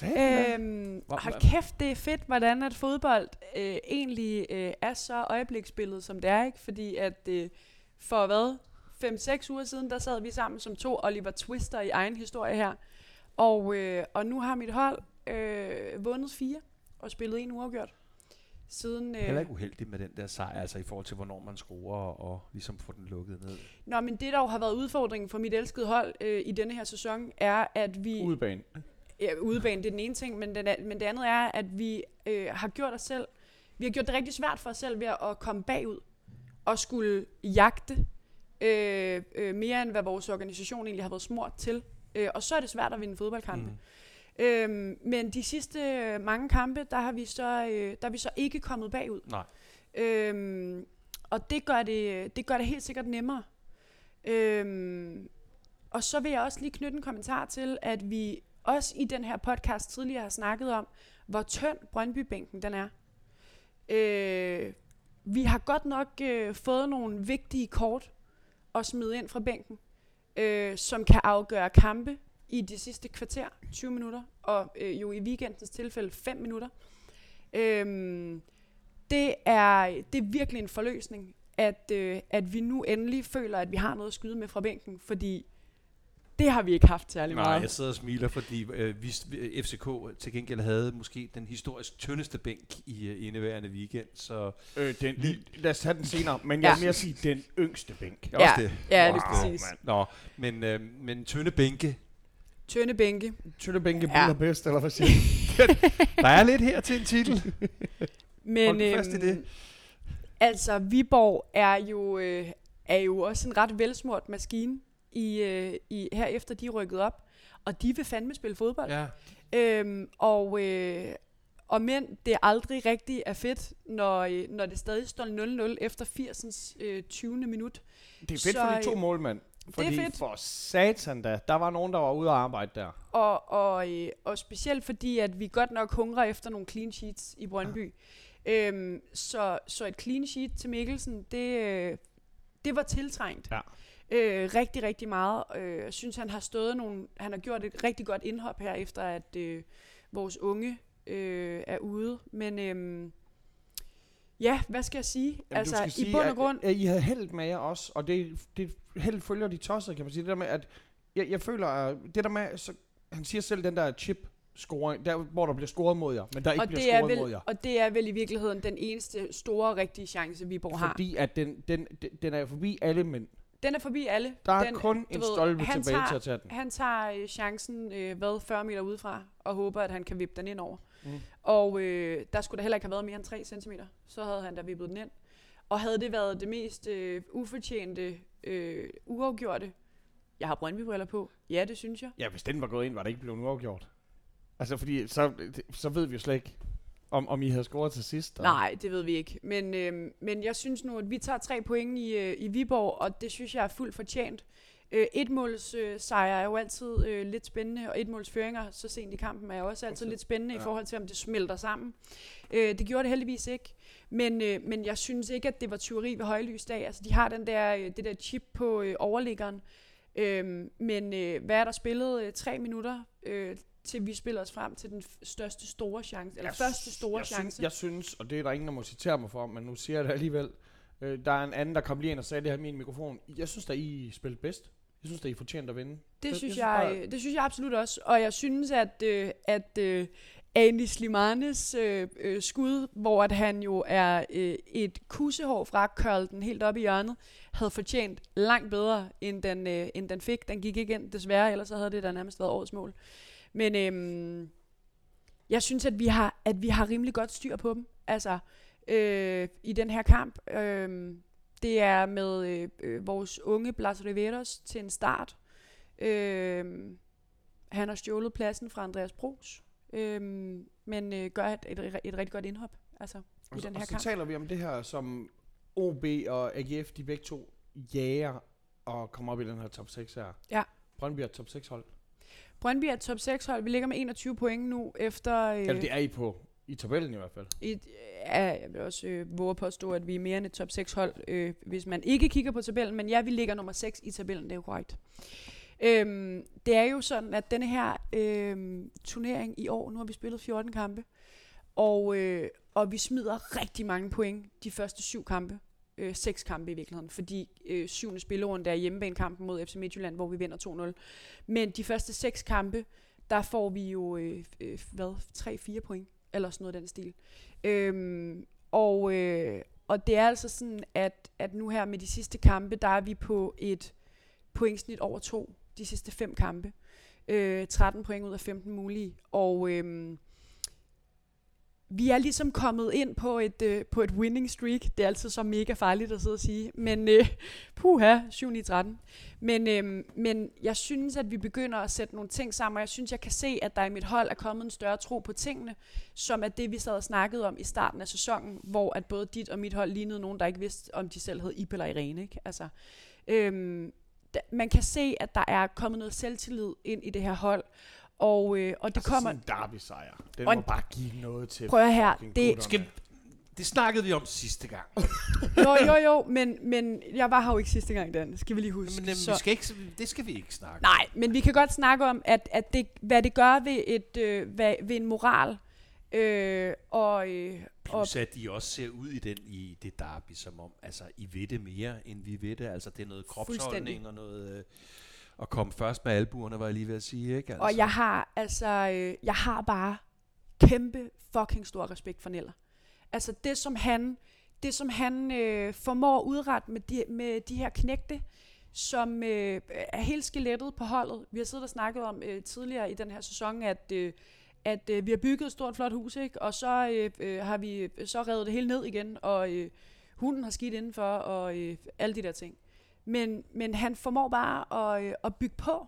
Øhm, hold kæft, det er fedt, hvordan at fodbold øh, egentlig øh, er så øjebliksbilledet, som det er, ikke? Fordi at øh, for hvad? fem seks uger siden, der sad vi sammen som to Oliver Twister i egen historie her. Og, øh, og nu har mit hold øh, vundet fire og spillet en uafgjort. Siden, øh, heller ikke uheldig med den der sejr, altså i forhold til, hvornår man scorer og ligesom får den lukket ned. Nå, men det, der jo har været udfordringen for mit elskede hold øh, i denne her sæson, er, at vi... Udebane. Ja, udebane, det er den ene ting, men, den er, men det andet er, at vi øh, har gjort os selv... Vi har gjort det rigtig svært for os selv ved at komme bagud og skulle jagte øh, øh, mere, end hvad vores organisation egentlig har været smurt til. Øh, og så er det svært at vinde fodboldkampe. Mm. Øhm, men de sidste øh, mange kampe, der har vi så øh, der er vi så ikke kommet bagud. Nej. Øhm, og det gør det det gør det helt sikkert nemmere. Øhm, og så vil jeg også lige knytte en kommentar til, at vi også i den her podcast tidligere har snakket om, hvor tynd Brøndby-bænken den er. Øh, vi har godt nok øh, fået nogle vigtige kort at smide ind fra bænken, øh, som kan afgøre kampe i de sidste kvarter, tyve minutter, og øh, jo i weekendens tilfælde fem minutter. Øhm, det, er, det er virkelig en forløsning, at, øh, at vi nu endelig føler, at vi har noget at skyde med fra bænken, fordi det har vi ikke haft særlig Nej, meget. Nej, jeg sidder og smiler, fordi øh, vi, F C K til gengæld havde måske den historisk tyndeste bænk i uh, indeværende weekend. Så øh, den, lige, lad os tage den senere, men jeg vil mere sige den yngste bænk. Ja, også det. ja wow, det er præcis. Nå, men, øh, men tynde bænke. Tynde bænke. Tynde bænke ja. bliver bedst, eller hvad siger du? Der er lidt her til en titel. Men øhm, fast i det. Altså, Viborg er jo, øh, er jo også en ret velsmurt maskine i, øh, i, her efter de er rykket op. Og de vil fandme spille fodbold. Ja. Øhm, og, øh, og men det er aldrig rigtig er fedt, når, når det stadig står nul nul efter firsens øh, tyvende minut. Det er fedt så, for de to målmænd. Fordi det er fedt. For satan da, der var nogen, der var ude at arbejde der. Og, og, øh, og specielt fordi, at vi godt nok hungrer efter nogle clean sheets i Brøndby. Ja. Øhm, så, så et clean sheet til Mikkelsen, det, øh, det var tiltrængt. Ja. Øh, rigtig, rigtig meget. Øh, jeg synes, han har stået nogle, han har gjort et rigtig godt indhop her, efter at øh, vores unge øh, er ude. Men øh, ja, hvad skal jeg sige? Jamen, altså, i sige, bund og grund... At, at I havde held med jer også, og det, det held følger de tosser, kan man sige. Det der med, at jeg, jeg føler, at det der med, så, han siger selv den der chip, scoring, der hvor der bliver scoret mod jer, men der ikke og bliver det scoret vel, mod jer. Og det er vel i virkeligheden den eneste store, rigtige chance, Viborg har. Fordi at den, den, den, den er forbi alle mænd. Den er forbi alle. Der er den, kun en stolpe tilbage tager, til at tage den. Han tager øh, chancen, øh, hvad, fyrre meter udefra, og håber, at han kan vippe den ind over. Mm. Og øh, der skulle der heller ikke have været mere end tre centimeter. Så havde han da vippet den ind. Og havde det været det mest øh, ufortjente, øh, uafgjorte, jeg har Brøndby-briller på. Ja, det synes jeg. Ja, hvis den var gået ind, var det ikke blevet uafgjort. Altså, fordi så, så ved vi jo slet ikke. Om, om I havde scoret til sidst? Nej, det ved vi ikke. Men, øh, men jeg synes nu, at vi tager tre point i, øh, i Viborg, og det synes jeg er fuldt fortjent. Øh, et måls øh, sejr er jo altid øh, lidt spændende, og et måls føringer så sent i kampen er jo også altid okay. lidt spændende ja. I forhold til, om det smelter sammen. Øh, det gjorde det heldigvis ikke. Men, øh, men jeg synes ikke, at det var tyveri ved højlysdag. Altså, de har den der, øh, det der chip på øh, overliggeren. Øh, men øh, hvad er der spillet? Øh, tre minutter, øh, til vi spiller os frem til den f- største store chance, eller jeg første store jeg chance. Synes, jeg synes, og det er der ingen, der må citere mig for, men nu siger jeg det alligevel. Øh, der er en anden, der kom lige ind og sagde det her i min mikrofon. Jeg synes, at I spillede bedst. Jeg synes, at I fortjente at vinde. Det, jeg, synes, jeg, jeg, synes bare, det synes jeg absolut også. Og jeg synes, at, øh, at øh, Andy Slimanes øh, øh, skud, hvor at han jo er øh, et kussehår fra curl den helt op i hjørnet, havde fortjent langt bedre, end den, øh, end den fik. Den gik ikke ind, desværre, ellers så havde det da nærmest været årets mål. Men øh, jeg synes, at vi, har, at vi har rimelig godt styr på dem. Altså, øh, i den her kamp. Øh, Det er med øh, øh, vores unge Blas Riveros til en start. Øh, han har stjålet pladsen fra Andreas Bros, øh, men øh, gør et, et, et, et rigtig godt indhop altså, i og den så, her og kamp. så taler vi om det her, som O B og A G F, de begge to jager og kommer op i den her top seks her. Ja. Brøndby er top seks hold. Brøndby er top seks hold. Vi ligger med enogtyve point nu efter... Øh, Eller det er I på, i tabellen i hvert fald. Et, ja, jeg vil også øh, våge at påstå, at vi er mere end et top seks hold, øh, hvis man ikke kigger på tabellen. Men ja, vi ligger nummer seks i tabellen, det er jo korrekt. Øhm, det er jo sådan, at denne her øhm, turnering i år, nu har vi spillet fjorten kampe, og, øh, og vi smider rigtig mange point de første syv kampe. Øh, seks kampe i virkeligheden, fordi øh, syvende spillerunde er hjemmebanekampen mod F C Midtjylland, hvor vi vinder to nul. Men de første seks kampe, der får vi jo, øh, øh, hvad, tre fire point, eller sådan noget af den stil. Øhm, og, øh, og det er altså sådan, at, at nu her med de sidste kampe, der er vi på et pointsnit over to, de sidste fem kampe. Øh, tretten point ud af femten mulige, og øh, vi er ligesom kommet ind på et, øh, på et winning streak. Det er altid så mega farligt at sidde og sige. Men øh, puha, syv ni tretten. Men, øh, men jeg synes, at vi begynder at sætte nogle ting sammen, og jeg synes, jeg kan se, at der i mit hold er kommet en større tro på tingene, som er det, vi sad og snakkede om i starten af sæsonen, hvor at både dit og mit hold lignede nogen, der ikke vidste, om de selv hed Ip eller Irene. Ikke? Altså, øh, da, man kan se, at der er kommet noget selvtillid ind i det her hold, Og, øh, og det altså kommer... sådan en derby-sejr. Den og må bare give noget til... Prøv her, det... Skal, det snakkede vi om sidste gang. jo, jo, jo, men, men jeg var her jo ikke sidste gang, Dan. Skal vi lige huske. Men, jamen, så... vi skal ikke, det skal vi ikke snakke. Nej, men vi kan godt snakke om, at, at det, hvad det gør ved, et, øh, ved, ved en moral. Øh, og, øh, Plus at de også ser ud i den i det derby, som om, altså, I ved det mere, end vi ved det. Altså, det er noget kropsholdning og noget... Øh, at komme først med albuerne, var jeg lige ved at sige, ikke? Altså. Og jeg har, altså, øh, jeg har bare kæmpe fucking stor respekt for Neller. Altså det, som han, det, som han øh, formår udret med de, med de her knægte, som øh, er helt skelettet på holdet. Vi har siddet og snakket om øh, tidligere i den her sæson, at, øh, at øh, vi har bygget et stort, flot hus, ikke? Og så øh, øh, har vi så revet det hele ned igen, og øh, hunden har skidt indenfor, og øh, alle de der ting. Men, men han formår bare at, øh, at bygge på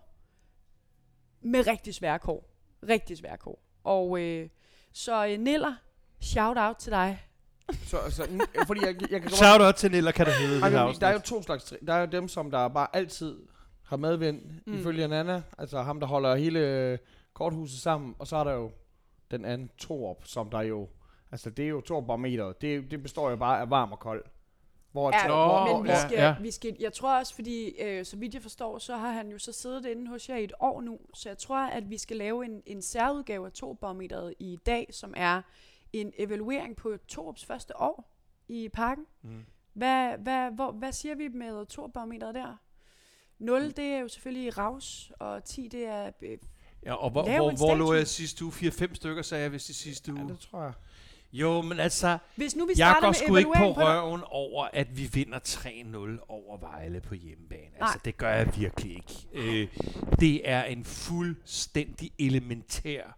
med rigtig svære kår. Rigtig svære kår. Og øh, så øh, Niller, shout out til dig. Så, så, n- fordi jeg, jeg kan shout out til Niller, kan det hedde. Ej, det der er jo to slags. Der er jo dem, som der bare altid har medvind, mm. ifølge Nana. Altså ham, der holder hele korthuset sammen. Og så er der jo den anden Torp, som der jo... Altså det er jo Torp-barometeret. Det, det består jo bare af varm og kold. Hvor ja, hvor, men vi skal, ja. vi skal, jeg tror også, fordi øh, så vidt jeg forstår, så har han jo så siddet inde hos jer i et år nu, så jeg tror, at vi skal lave en, en særudgave af Torp-barometeret i dag, som er en evaluering på Torps første år i parken. Mm. Hvad, hvad, hvor, hvad siger vi med Torp-barometeret der? nul, det er jo selvfølgelig raus, og ti, det er... Øh, ja, og hvor, hvor, hvor lå jeg sidste uge? fire fem stykker, sagde jeg vist i sidste uge. Ja, det tror jeg. Jo, men altså, Hvis nu vi jeg går med sgu ikke på på røven over, at vi vinder tre nul over Vejle på hjemmebane. Nej. Altså, det gør jeg virkelig ikke. Øh, det er en fuldstændig elementær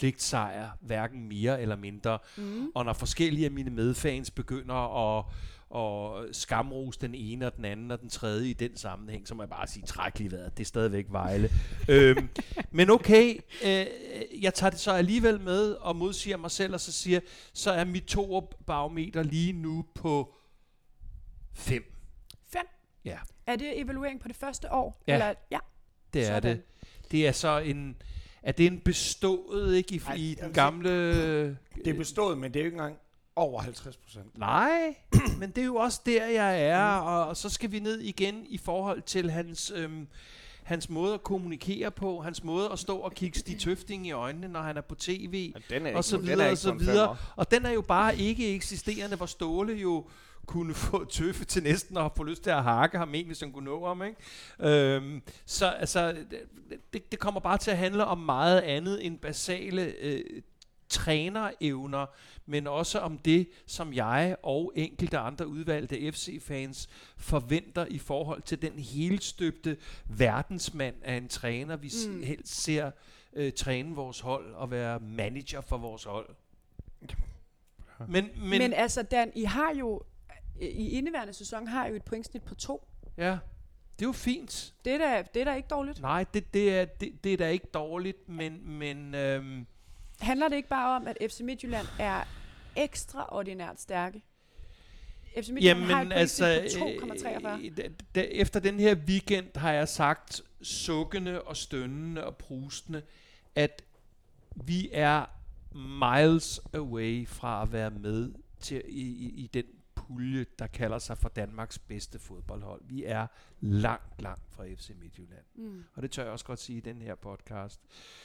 pligtsejr, hverken mere eller mindre. Mm. Og når forskellige af mine medfans begynder at, og skamros den ene og den anden og den tredje i den sammenhæng, så må jeg bare sige, træk lige vejret, det er stadigvæk Vejle. øhm, men okay, øh, jeg tager det så alligevel med og modsiger mig selv, og så siger, så er mit Torup-barometer lige nu på fem. Fem? Ja. Er det evaluering på det første år? Ja, Eller? Ja. det er Sådan. det. Det er så en, er det en bestået, ikke, i, Ej, i den altså, gamle... Det er bestået, men det er jo ikke engang over halvtreds procent. Nej, men det er jo også der, jeg er, og, og så skal vi ned igen i forhold til hans, øhm, hans måde at kommunikere på, hans måde at stå og kigge Stig Tøfting i øjnene, når han er på tv, Den og så videre, og så videre. Og den er jo bare ikke eksisterende, hvor Ståle jo kunne få Tøffe til næsten at få lyst til at hakke ham en, hvis han kunne nå ham, ikke? Øhm, så altså, det, det kommer bare til at handle om meget andet end basale øh, trænerevner, men også om det, som jeg og enkelte andre udvalgte F C-fans forventer i forhold til den helstøbte verdensmand af en træner, vi mm. helst ser øh, træne vores hold og være manager for vores hold. Men, men, men altså, Dan, I har jo i indeværende sæson har I jo et pointsnit på to. Ja, det er jo fint. Det er da, det er da ikke dårligt. Nej, det, det, er, det, det er da ikke dårligt, men... men øhm, handler det ikke bare om, at F C Midtjylland er ekstraordinært stærke? F C Midtjylland jamen, har et pointsnit altså, på to komma treogfyrre. øh, da, da, efter den her weekend har jeg sagt sukkende og stønnende og prustende, at vi er miles away fra at være med til, i, i, i den pulje, der kalder sig for Danmarks bedste fodboldhold. Vi er langt, langt fra F C Midtjylland. Mm. Og det tør jeg også godt sige i den her podcast.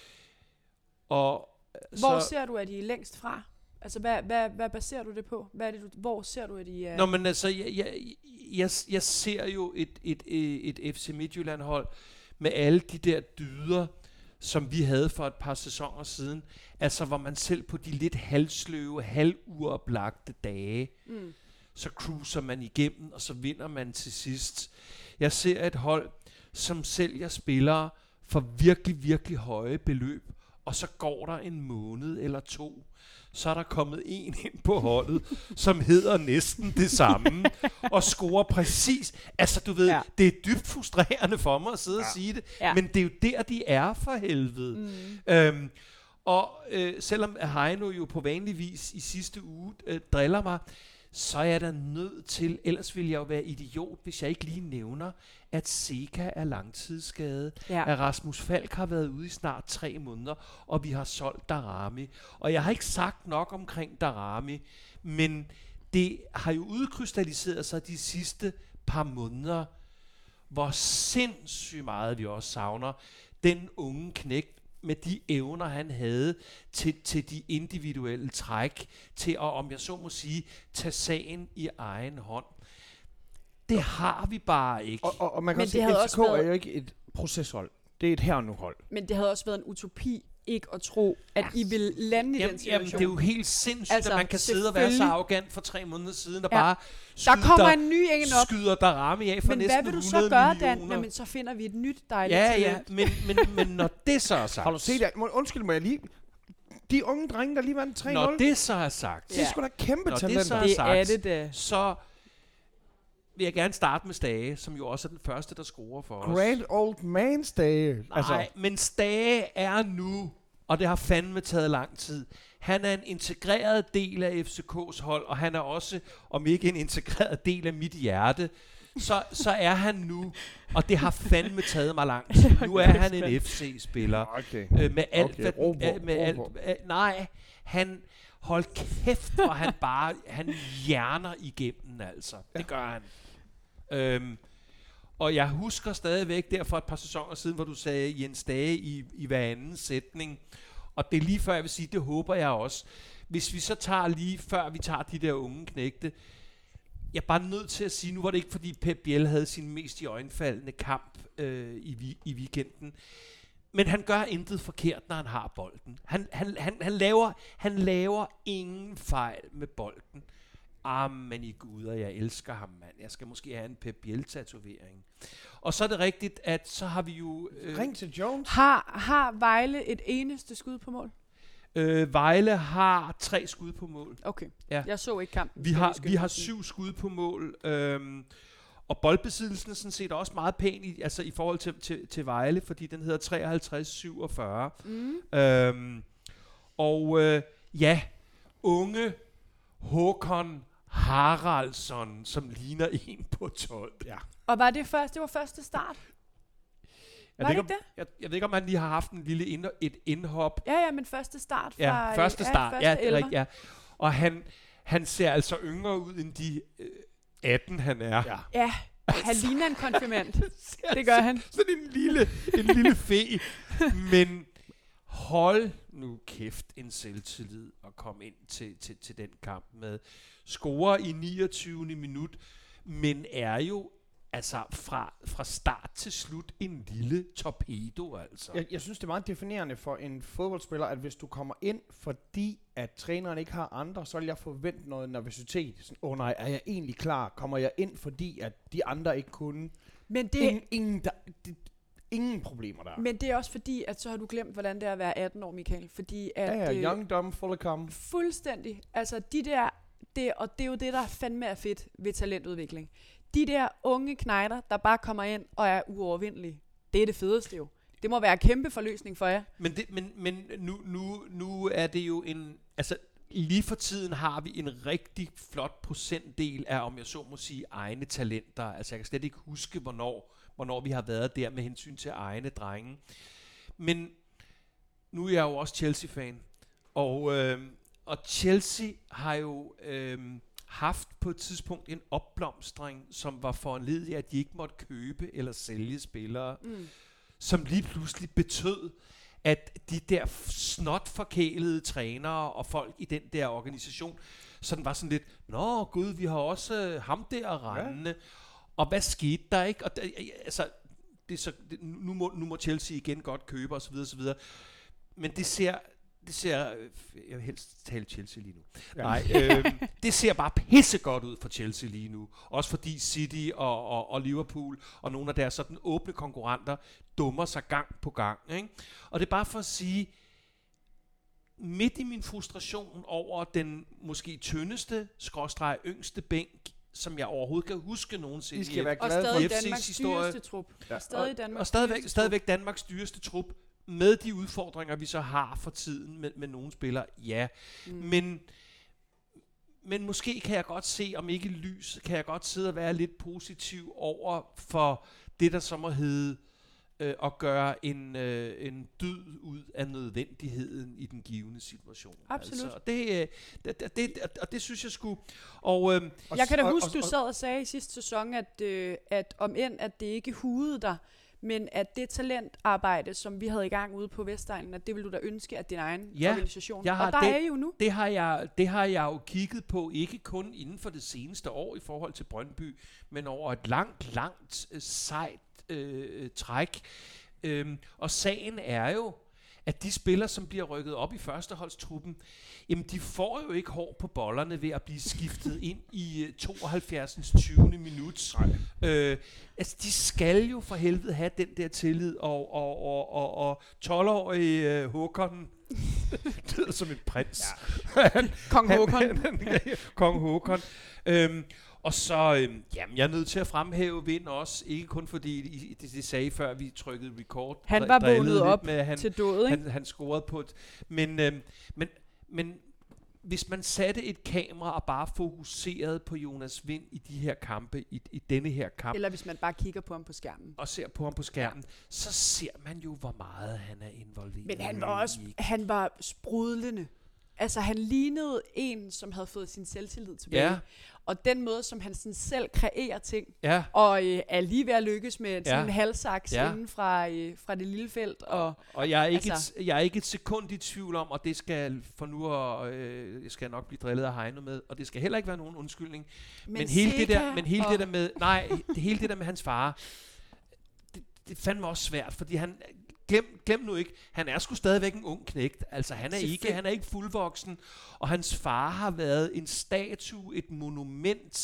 Og hvor så, ser du, at I er længst fra? Altså, hvad, hvad, hvad baserer du det på? Hvad er det, du, hvor ser du, at I er... Nå, men altså, jeg, jeg, jeg, jeg ser jo et, et, et, et F C Midtjylland-hold med alle de der dyder, som vi havde for et par sæsoner siden. Altså, hvor man selv på de lidt halvsløve, halvuoplagte dage, mm. så cruiser man igennem, og så vinder man til sidst. Jeg ser et hold, som sælger spillere for virkelig, virkelig høje beløb, og så går der en måned eller to, så er der kommet en ind på holdet, som hedder næsten det samme, og scorer præcis. Altså, du ved, ja. Det er dybt frustrerende for mig at sidde ja. og sige det, ja. men det er jo der, de er for helvede. Mm. Øhm, og øh, selvom Heino jo på vanlig vis i sidste uge øh, driller mig, så er jeg da nødt til, ellers ville jeg jo være idiot, hvis jeg ikke lige nævner, at Seca er langtidsskadet, ja. at Rasmus Falk har været ude i snart tre måneder, og vi har solgt Darami. Og jeg har ikke sagt nok omkring Darami, men det har jo udkrystalliseret sig de sidste par måneder, hvor sindssygt meget vi også savner den unge knægt, med de evner, han havde til, til de individuelle træk, til at, om jeg så må sige, tage sagen i egen hånd. Det har vi bare ikke. Og, og, og man kan men sige, at F C K været... er jo ikke et proceshold. Det er et her og nu hold. Men det havde også været en utopi ikke at tro, at I vil lande i jamen, den situation. Jamen, det er jo helt sindssygt, altså, at man kan sidde og være så arrogant for tre måneder siden, og ja. bare skyder, der kommer en ny en op. Skyder Darami af for men næsten hvad vil du så gøre, Dan? Jamen, så finder vi et nyt dejligt ja, ja, men, men, men når det så er sagt... Har du set det? Undskyld mig, jeg lige... De unge drenge, der lige vandt tre nul. Når det så er sagt... Det er sgu da kæmpe når talenter. Det så er det sagt, er det da. Så vil jeg gerne starte med Stage, som jo også er den første, der scorer for os. Grand old man Stage. Nej, altså. Men Stage er nu, og det har fandme taget lang tid. Han er en integreret del af F C K's hold, og han er også, om ikke en integreret del af mit hjerte, så, så er han nu, og det har fandme taget mig lang tid. Nu er han en F C-spiller. Okay. Øh, med alt, okay. hvad, Robo, med alt, øh, nej, han, hold kæft, hvor han bare, han hjerner igennem, altså. Ja. Det gør han. Øhm, og jeg husker stadigvæk der for et par sæsoner siden, hvor du sagde Jens Dage i, i hver anden sætning. Og det er lige før, jeg vil sige, det håber jeg også. Hvis vi så tager lige før vi tager de der unge knægte, jeg er bare nødt til at sige, nu var det ikke fordi Pep Biel havde sin mest iøjnefaldende kamp øh, i, i weekenden, men han gør intet forkert, når han har bolden. Han, han, han, han, laver, han laver ingen fejl med bolden. Ah, men I guder, jeg elsker ham, mand. Jeg skal måske have en Pep Biel-tatovering. Og så er det rigtigt, at så har vi jo... Øh, Ring til Jones. Har, har Vejle et eneste skud på mål? Øh, Vejle har tre skud på mål. Okay, Ja. jeg så ikke kampen. Vi så har, skal vi har sige. syv skud på mål, øhm, og boldbesiddelsen er sådan set også meget pæn i, altså i forhold til, til, til Vejle, fordi den hedder treoghalvtreds syvogfyrre. Mm. Øhm, og øh, ja, unge Håkon Haraldsson, som ligner en på tolv. Ja. Og var det først, det var første start? Jeg Var ved, det ikke, ikke om, jeg, jeg ved ikke, om han lige har haft en lille ind, et indhop. Ja, ja, men første start fra... Ja, første start. Ja, Ja, første det er elver. rigtigt, ja. Og han, han ser altså yngre ud end de øh, atten, han er. Ja. Ja, han ligner en konfirmand. Det gør han. Sådan en lille, en lille fe. Men hold nu kæft en selvtillid at komme ind til, til, til den kamp med. Scorer i niogtyvende minut, men er jo altså fra, fra start til slut en lille torpedo, altså. Jeg, jeg synes, det er meget definerende for en fodboldspiller, at hvis du kommer ind, fordi at træneren ikke har andre, så vil jeg forvente noget nervøsitet. Sådan, åh oh nej, er jeg egentlig klar? Kommer jeg ind, fordi at de andre ikke kunne? Men det, Ingen, ingen, der, det, ingen problemer der. men det er også fordi, at så har du glemt, hvordan det er at være atten år, Michael. Fordi at... Ja, ja, øh, young, dumb, full of cum. Fuldstændig. Altså de der, det, og det er jo det, der fandme er fedt ved talentudvikling. De der unge knejder, der bare kommer ind og er uovervindelige. Det er det fedeste jo. Det må være en kæmpe forløsning for jer. Men, det, men, men nu, nu, nu er det jo en... Altså, lige for tiden har vi en rigtig flot procentdel af, om jeg så må sige, egne talenter. Altså, jeg kan slet ikke huske, hvornår, hvornår vi har været der med hensyn til egne drenge. Men nu er jeg jo også Chelsea-fan. Og, øh, og Chelsea har jo... Øh, haft på et tidspunkt en opblomstring, som var foranledet af, at de ikke måtte købe eller sælge spillere, mm. som lige pludselig betød, at de der snot forkælede trænere og folk i den der organisation, sådan var sådan lidt, nå gud, vi har også øh, ham der rendende, ja. Og hvad skete der, ikke? Og der, altså, det er så, det, nu, må, nu må Chelsea igen godt købe osv. osv. Men det ser... Det ser, jeg vil helst tale Chelsea lige nu. Ja. Nej, øh, det ser bare pissegodt ud for Chelsea lige nu. Også fordi City og, og, og Liverpool og nogle af deres sådan åbne konkurrenter dummer sig gang på gang. Ikke? Og det er bare for at sige, midt i min frustration over den måske tyndeste, skråstreg yngste bænk, som jeg overhovedet kan huske nogensinde. I skal være og glade for stadig F C's Danmarks historie. dyreste trup. Ja. Og stadig Og, Danmarks og stadigvæk, dyreste stadigvæk Danmarks dyreste trup. Med de udfordringer, vi så har for tiden med, med nogle spillere, ja. Mm. Men, men måske kan jeg godt se, om ikke lys, kan jeg godt sidde og være lidt positiv over for det, der så må hedde øh, at gøre en, øh, en dyd ud af nødvendigheden i den givende situation. Absolut. Altså, og, det, øh, det, det, det, og det synes jeg sgu... Og, øh, Jeg kan da og- huske, og- du og- sad og sagde i sidste sæson, at, øh, at om end, at det ikke hudede dig, men at det talentarbejde, som vi havde i gang ude på Vestegnen, at det ville du da ønske, at din egen Ja, organisation. jeg har Og der det- er I jo nu. Det har, jeg, det har jeg jo kigget på, ikke kun inden for det seneste år i forhold til Brøndby, men over et langt, langt øh, sejt øh, træk. Øhm, og sagen er jo, at de spillere, som bliver rykket op i førsteholdstruppen, jamen de får jo ikke hår på bollerne ved at blive skiftet ind i øh, tooghalvfjerds tyvende minut. Øh, altså de skal jo for helvede have den der tillid, og, og, og, og, og tolv-årige øh, Håkon, det lyder som en prins. Ja. Kong Håkon. Kong Håkon. Øhm, og så, øhm, jamen, jeg er nødt til at fremhæve Vind også, ikke kun fordi, I, det, det sagde før, vi trykkede record. Han dr- var drillede vågnet lidt op med, at han, til død, ikke? han, han scorede på et... Men, øhm, men, men hvis man satte et kamera og bare fokuserede på Jonas Vind i de her kampe, i, i denne her kamp, Eller hvis man bare kigger på ham på skærmen. og ser på ham på skærmen, ja. så ser man jo, hvor meget han er involveret. Men han var i. også, han var sprudlende. Altså han lignede en, som havde fået sin selvtillid tilbage. Ja. Og den måde, som han sådan selv kreerer ting, Ja. og øh, er lige ved at lykkes med sådan Ja. en halvsaks Ja. inden fra, øh, fra det lille felt. Og, Og jeg er, ikke Altså- et, jeg er ikke et sekund i tvivl om, og det skal for nu at, øh, jeg skal nok blive drillet af Heino med, og det skal heller ikke være nogen undskyldning. Men, men hele det der, men hele og, det der med, nej, det hele det der med hans far, det, det fandme også svært, fordi han, glem, glem nu ikke, han er sgu stadigvæk en ung knægt, altså han er ikke, han er ikke fuldvoksen, og hans far har været en statue, et monument,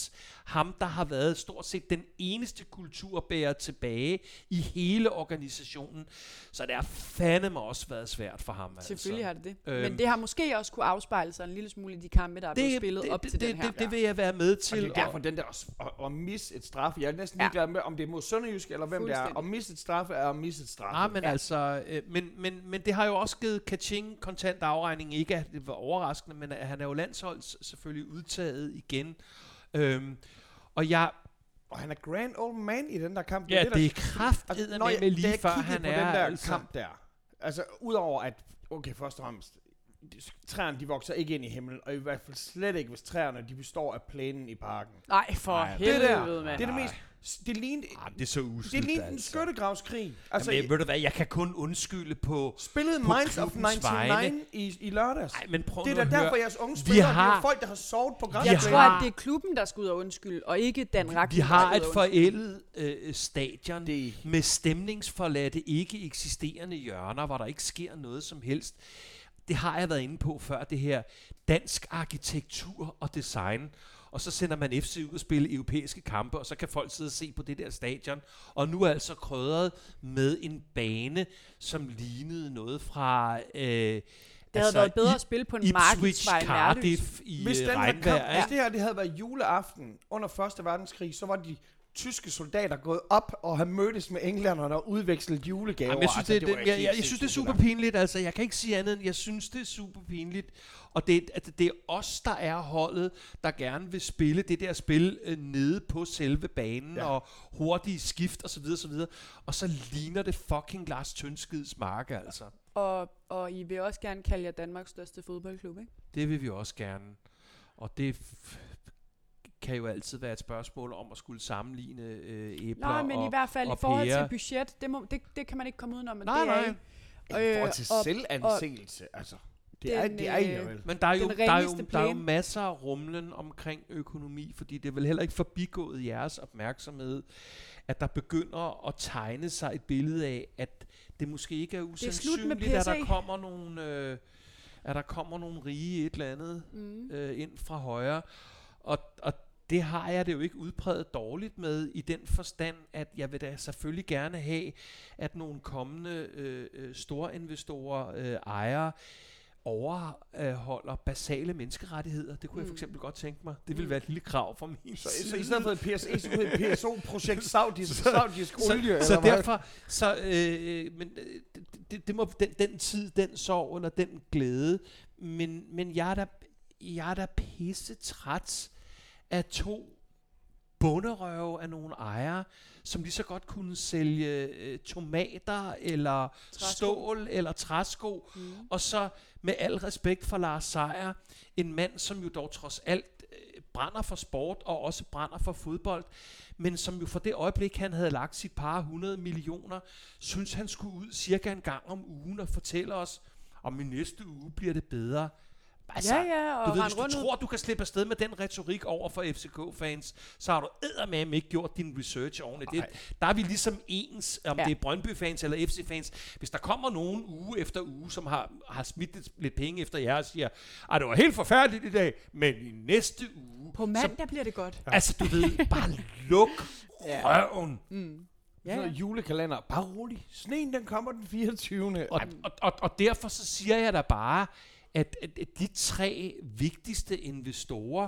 ham, der har været stort set den eneste kulturbærer tilbage i hele organisationen. Så det har fandeme også været svært for ham. Selvfølgelig altså. har det det. Øhm, Men det har måske også kunne afspejle sig en lille smule i de kampe, der er blevet spillet det, op det, til det, den her. Det, det vil jeg være med til. Og det er derfor, den der at, at, at misse et straffe. Jeg er næsten Ja. ligeglad med, om det er mod Sønderjysk, eller hvem det er. At misse et straffe er at misse et straffe. Ja, men Ja. altså, øh, men, men, men det har jo også givet Kaching kontant afregning. Ikke at det var overraskende, men at han er jo landsholds selvfølgelig udtaget igen. Øhm, og jeg... Og han er grand old man i den der kamp. Ja, det, det er der- kraftedeme Når jeg- med da lige jeg før kiggede han på er... den der altså, kamp der. Altså, udover at, okay, først og fremmest, træerne, de vokser ikke ind i himlen, og i hvert fald slet ikke, hvis træerne, de består af plænen i parken. Nej, for Nej, Det helvede, der, mand. det er det mest, det lignede, ah, det er så uselt, det lignede en altså. skyttegravskrig. Altså, Jamen, ved du hvad, jeg kan kun undskylde på... spillede på Minds of klubbens nioghalvfems i, i lørdags. Nej, men prøv Det nu er at da høre. derfor, jeres unge Vi spillere, har- det er folk, der har sovet på Jeg græsplænen. tror, har- at det er klubben, der skal ud og undskylde, og ikke Dan Racklin. Vi har der et skal ud og undskylde. forældet øh, stadion Det- med stemningsforladte, ikke eksisterende hjørner, hvor der ikke sker noget som helst. Det har jeg været inde på før, det her dansk arkitektur og design. Og så sender man F C ud og spille europæiske kampe, og så kan folk sidde og se på det der stadion. Og nu er altså krydret med en bane, som lignede noget fra... Øh, Det havde været bedre at spille på en markedsvej i Nærløs. Cardiff i Hvis, øh, den her kamp, regnvejr. hvis det her det havde været juleaften under første verdenskrig, så var de tyske soldater gået op og have mødtes med englænderne og udvekslet julegaver. Jamen, jeg synes, Altså, det, det, var det, helt jeg, jeg, jeg synes, det er sindssygt, super pinligt. Altså, jeg kan ikke sige andet end, jeg synes, det er super pinligt. Og det, at det er os, der er holdet, der gerne vil spille det der spil øh, nede på selve banen, Ja. ja. og hurtige skift osv. osv. Og så ligner det fucking Lars Tønskids marke, altså. Og, og I vil også gerne kalde jer Danmarks største fodboldklub, ikke? Det vil vi også gerne. Og det f- kan jo altid være et spørgsmål om at skulle sammenligne øh, æbler Nej, men og, i hvert fald i og forhold pærer. til budget, det, må, det, det kan man ikke komme udenom, at Nej, det er nej. I. I forhold til og- selvanseelse, altså. Det er, den, det er I øh, jo vel. Men der er jo, Den der er jo, reneste der er jo plæne. masser af rumlen omkring økonomi, fordi det er vel heller ikke forbigået jeres opmærksomhed, at der begynder at tegne sig et billede af, at det måske ikke er slut med usandsynligt, at P S A. der kommer nogle, øh, at der kommer nogle rige et eller andet Mm. øh, ind fra højre. Og, og det har jeg det jo ikke udpræget dårligt med, i den forstand, at jeg vil da selvfølgelig gerne have, at nogle kommende øh, øh, store investorer, øh, ejere, overholder basale menneskerettigheder. Det kunne mm. jeg for eksempel godt tænke mig. Det ville Mm. være et lille krav fra min Så, side. så i stedet for et P S A, så kunne et P S O-projekt saudisk, saudisk så, olie, så eller hvad? derfor, så, øh, men øh, det, det, det må den, den tid, den sorg eller den glæde, men, men jeg er da, jeg er da pisse træt af to bunderøve af nogle ejere, som lige så godt kunne sælge øh, tomater, eller Træsko. stål, eller træsko, Mm. og så med al respekt for Lars Seier, en mand, som jo dog trods alt øh, brænder for sport, og også brænder for fodbold, men som jo for det øjeblik, han havde lagt sit par hundrede millioner, synes han skulle ud cirka en gang om ugen og fortælle os, om i næste uge bliver det bedre. Altså, Ja, ja, og du ved, rende hvis du rundt ud- tror, du kan slippe afsted med den retorik over for F C K-fans, så har du eddermame ikke gjort din research ordentligt. Det, der er vi ligesom ens, om Ja. ja. det er Brøndby-fans eller F C-fans. Hvis der kommer nogen uge efter uge, som har, har smidt lidt, lidt penge efter jer og siger, at det var helt forfærdeligt i dag, men i næste uge... På mandag bliver det godt. Så, altså, du ved, bare luk Ja. røven. Mm. Ja, Ja, ja. ja. Julekalender. Bare rolig. Sneen, den kommer den fireogtyvende Og, og, og, og derfor så siger jeg da bare, at, at, at de tre vigtigste investorer,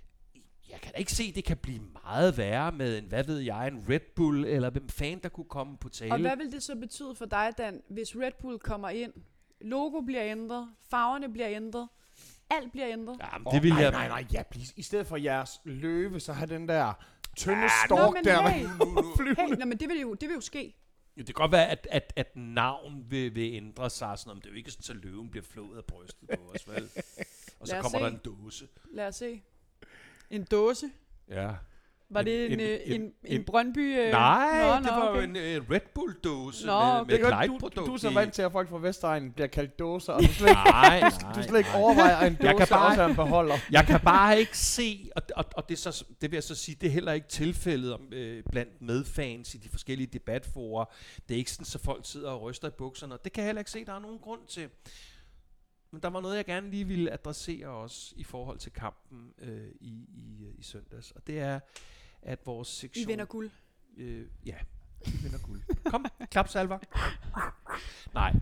jeg kan da ikke se, at det kan blive meget værre med en, hvad ved jeg, en Red Bull, eller hvem fanden der kunne komme på tale. Og hvad vil det så betyde for dig, Dan, hvis Red Bull kommer ind? Logo bliver ændret, farverne bliver ændret, alt bliver ændret. Jamen, det vil nej, jeg... nej, nej, ja, please. I stedet for jeres løve, så har den der tynde Ja, nå, stork men der hey. med flyvende. Hey, nå, men det vil jo, det vil jo ske. Jo, det kan godt være, at, at, at navn vil, vil ændre sig, sådan, om det er jo ikke sådan, at løven bliver flået af brystet på os, vel? Og så Lad os kommer se. der en dåse. Lad os se. En dåse. Ja. Var En- det en, en- en, en- en, en en- Brøndby? Øh? Nej, nå, det nå, var okay. jo en uh, Red Bull-dåse Nå, med, okay. med Det er godt, glide-produkt du, du er så i. vant til, at folk fra Vestegnen bliver kaldt dåser, og du slet ikke, Nej, nej, du slet ikke nej. overvejer, at en Jeg kan dåse bare- også er en beholder. Jeg kan bare ikke se, og, og, og det, så, det vil jeg så sige, det er heller ikke tilfældet om, øh, blandt medfans i de forskellige debatforer. Det er ikke sådan, så folk sidder og ryster i bukserne. Det kan jeg heller ikke se, der er nogen grund til. Men der var noget, jeg gerne lige ville adressere også i forhold til kampen øh, i, i, i søndags. Og det er, at vores sektion... I vinder guld. Øh, ja, vi vinder guld. Kom, klap salver. Nej.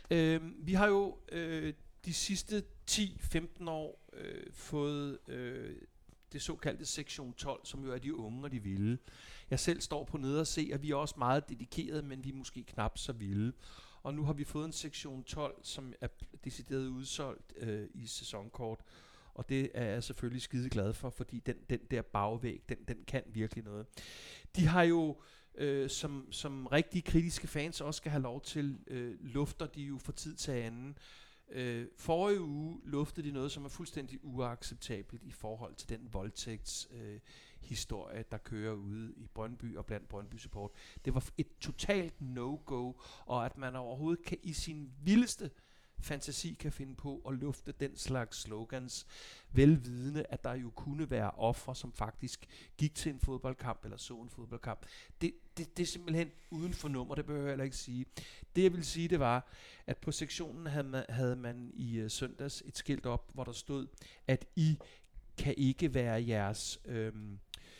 Øh, vi har jo øh, de sidste ti femten år øh, fået øh, det såkaldte sektion tolv, som jo er de unge og de vilde. Jeg selv står på nede og se, at vi er også meget dedikerede, men vi er måske knap så vilde. Og nu har vi fået en sektion tolv, som er decideret udsolgt øh, i sæsonkort. Og det er jeg selvfølgelig skide glad for, fordi den, den der bagvæg, den, den kan virkelig noget. De har jo, øh, som, som rigtig kritiske fans også skal have lov til, øh, lufter de jo fra tid til anden. Øh, forrige uge luftede de noget, som er fuldstændig uacceptabelt i forhold til den voldtægts øh, historie, der kører ude i Brøndby og blandt Brøndby Support. Det var et totalt no-go, og at man overhovedet kan i sin vildeste fantasi kan finde på at lufte den slags slogans, velvidende, at der jo kunne være ofre, som faktisk gik til en fodboldkamp eller så en fodboldkamp. Det, det, det er simpelthen uden for nummer, det behøver jeg heller ikke sige. Det jeg vil sige, det var, at på sektionen havde man, havde man i uh, søndags et skilt op, hvor der stod, at I kan ikke være jeres, øhm,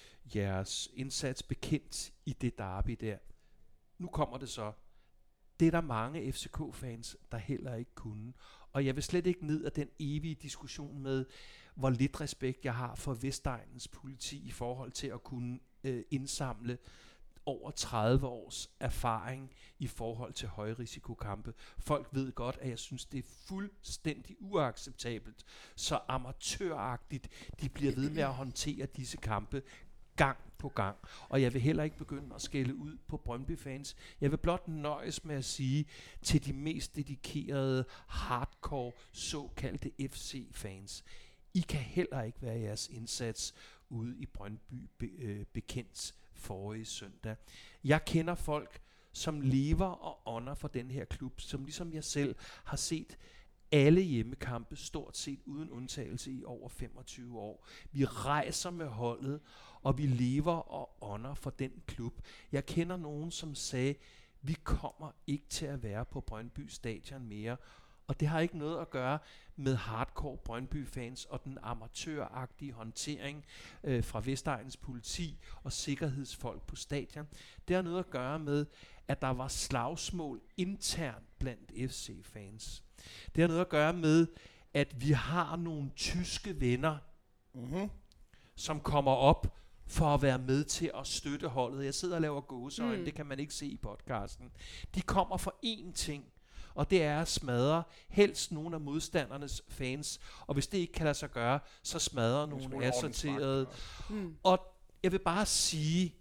jeres indsats bekendt i det derby der. Nu kommer det så. Det er der mange F C K-fans, der heller ikke kunne. Og jeg vil slet ikke ned af den evige diskussion med, hvor lidt respekt jeg har for Vestegnens politi i forhold til at kunne øh, indsamle over tredive års erfaring i forhold til højrisikokampe. Folk ved godt, at jeg synes, det er fuldstændig uacceptabelt, så amatøragtigt de bliver ved med at håndtere disse kampe gang på gang. Og jeg vil heller ikke begynde at skælde ud på Brøndby-fans. Jeg vil blot nøjes med at sige til de mest dedikerede, hardcore, såkaldte F C-fans, I kan heller ikke være jeres indsats ude i Brøndby be, øh, bekendt forrige søndag. Jeg kender folk, som lever og ånder for den her klub, som ligesom jeg selv har set alle hjemmekampe, stort set uden undtagelse i over femogtyve år. Vi rejser med holdet, og vi lever og ånder for den klub. Jeg kender nogen, som sagde, vi kommer ikke til at være på Brøndby Stadion mere. Og det har ikke noget at gøre med hardcore Brøndby-fans og den amatøragtige håndtering øh, fra Vestegnens politi og sikkerhedsfolk på stadion. Det har noget at gøre med, at der var slagsmål internt blandt F C-fans. Det har noget at gøre med, at vi har nogle tyske venner, mm-hmm. som kommer op for at være med til at støtte holdet. Jeg sidder og laver gåseøjne, mm. det kan man ikke se i podcasten. De kommer for én ting, og det er at smadre helst nogle af modstandernes fans. Og hvis det ikke kan lade sig gøre, så smadrer nogle assorterede. Mm. Og jeg vil bare sige,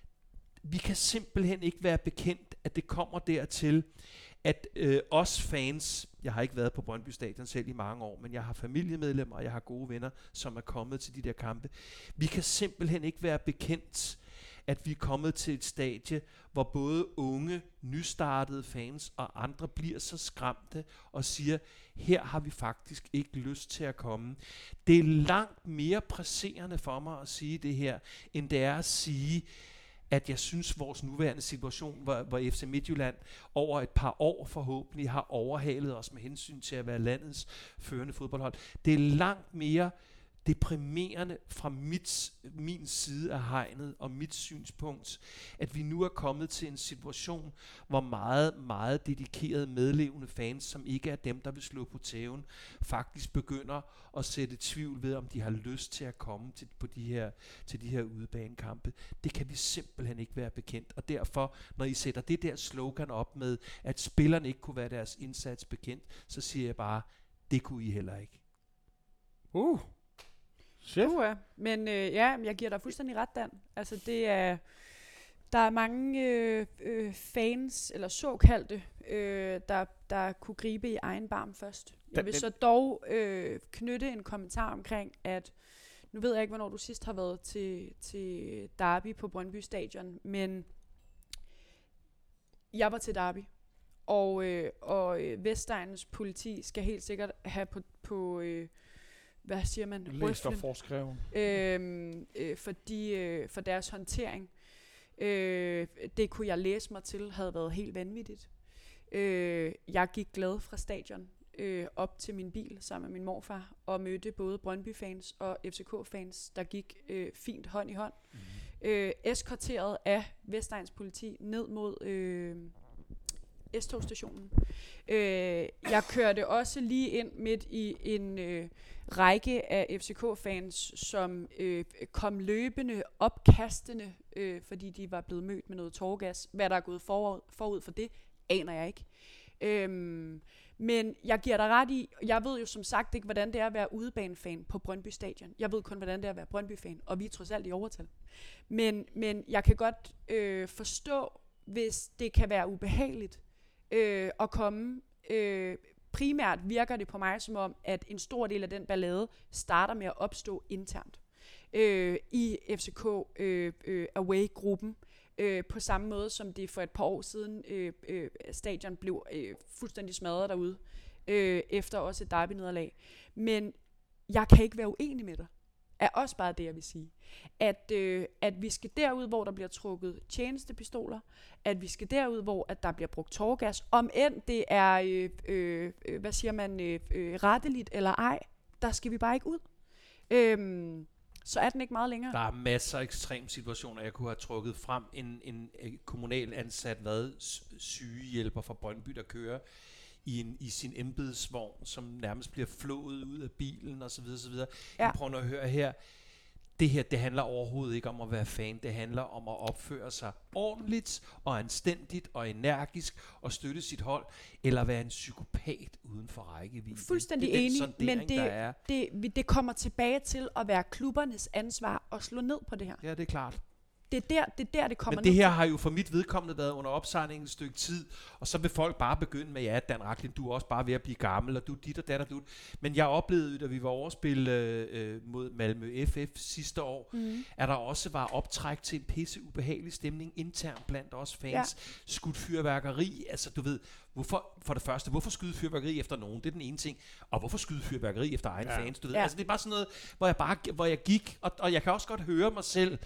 vi kan simpelthen ikke være bekendt, at det kommer dertil, at øh, os fans, jeg har ikke været på Brøndby Stadion selv i mange år, men jeg har familiemedlemmer, og jeg har gode venner, som er kommet til de der kampe. Vi kan simpelthen ikke være bekendt, at vi er kommet til et stadie, hvor både unge, nystartede fans og andre bliver så skræmte og siger, her har vi faktisk ikke lyst til at komme. Det er langt mere presserende for mig at sige det her, end det er at sige, at jeg synes, vores nuværende situation, hvor, hvor F C Midtjylland over et par år forhåbentlig har overhalet os med hensyn til at være landets førende fodboldhold. Det er langt mere deprimerende fra mit, min side af hegnet og mit synspunkt, at vi nu er kommet til en situation, hvor meget, meget dedikerede medlevende fans, som ikke er dem, der vil slå på tæven, faktisk begynder at sætte tvivl ved, om de har lyst til at komme til, på de her, til de her udebanekampe. Det kan vi simpelthen ikke være bekendt, og derfor, når I sætter det der slogan op med, at spillerne ikke kunne være deres indsats bekendt, så siger jeg bare, det kunne I heller ikke. Uh! Shit. Uh, men øh, ja, jeg giver dig fuldstændig ret, Dan. Altså det er, der er mange øh, øh, fans, eller såkaldte, øh, der, der kunne gribe i egen barm først. Jeg vil så dog øh, knytte en kommentar omkring, at nu ved jeg ikke, hvornår du sidst har været til, til derby på Brøndby Stadion, men jeg var til derby, og, øh, og øh, Vestegnens politi skal helt sikkert have på... på øh, hvad siger man? Læst og forskreven. Øhm, øh, for, de, øh, for deres håndtering. Øh, det kunne jeg læse mig til, havde været helt vanvittigt. Øh, jeg gik glad fra stadion. øh, op til min bil sammen med min morfar, og mødte både Brøndby-fans og F C K-fans, der gik øh, fint hånd i hånd. Mm. Øh, eskorteret af Vestegns politi ned mod øh, S-togstationen. Øh, jeg kørte også lige ind midt i en øh, række af F C K-fans, som øh, kom løbende, opkastende, øh, fordi de var blevet mødt med noget tåregas. Hvad der er gået forud, forud for det, aner jeg ikke. Øhm, men jeg giver dig ret i, jeg ved jo som sagt ikke, hvordan det er at være udebanefan på Brøndby Stadion. Jeg ved kun, hvordan det er at være Brøndby-fan, og vi er trods alt i overtal. Men, men jeg kan godt øh, forstå, hvis det kan være ubehageligt øh, at komme. Øh, primært virker det på mig som om, at en stor del af den ballade starter med at opstå internt øh, i F C K øh, øh, away-gruppen. Øh, på samme måde som det for et par år siden øh, øh, stadion blev øh, fuldstændig smadret derude, øh, efter også et derby-nederlag. Men jeg kan ikke være uenig med dig, er også bare det, jeg vil sige. At, øh, at vi skal derud, hvor der bliver trukket tjenestepistoler, at vi skal derud, hvor at der bliver brugt tåregas, om end det er, øh, øh, hvad siger man, øh, øh, retteligt eller ej, der skal vi bare ikke ud. Øhm, så er den ikke meget længere. Der er masser af ekstrem situationer, jeg kunne have trukket frem. En, en, en kommunal ansat, hvad, sygehjælper fra Brøndby, der kører i, en, i sin embedsvogn, som nærmest bliver flået ud af bilen osv. osv. Ja. Prøv at høre her. Det her, det handler overhovedet ikke om at være fan. Det handler om at opføre sig ordentligt og anstændigt og energisk og støtte sit hold, eller være en psykopat uden for rækkevidde. Fuldstændig det er enig, sondering, men det, er. det, det kommer tilbage til at være klubbernes ansvar at slå ned på det her. Ja, det er klart. Det er der, det, er der, det kommer Men det her har jo for mit vedkommende været under opsejling et stykke tid, og så vil folk bare begynde med, ja, Dan Rachlin, du er også bare ved at blive gammel, og du dit og dat og dut. Men jeg oplevede, da vi var overspil øh, mod Malmö F F sidste år, mm. at der også var optræk til en pisse ubehagelig stemning internt blandt os fans. Ja. Skudt fyrværkeri, altså du ved, hvorfor, for det første, hvorfor skyde fyrværkeri efter nogen? Det er den ene ting. Og hvorfor skyde fyrværkeri efter egen ja. fans? Du ved? Ja. Altså det er bare sådan noget, hvor jeg, bare, hvor jeg gik, og, og jeg kan også godt høre mig selv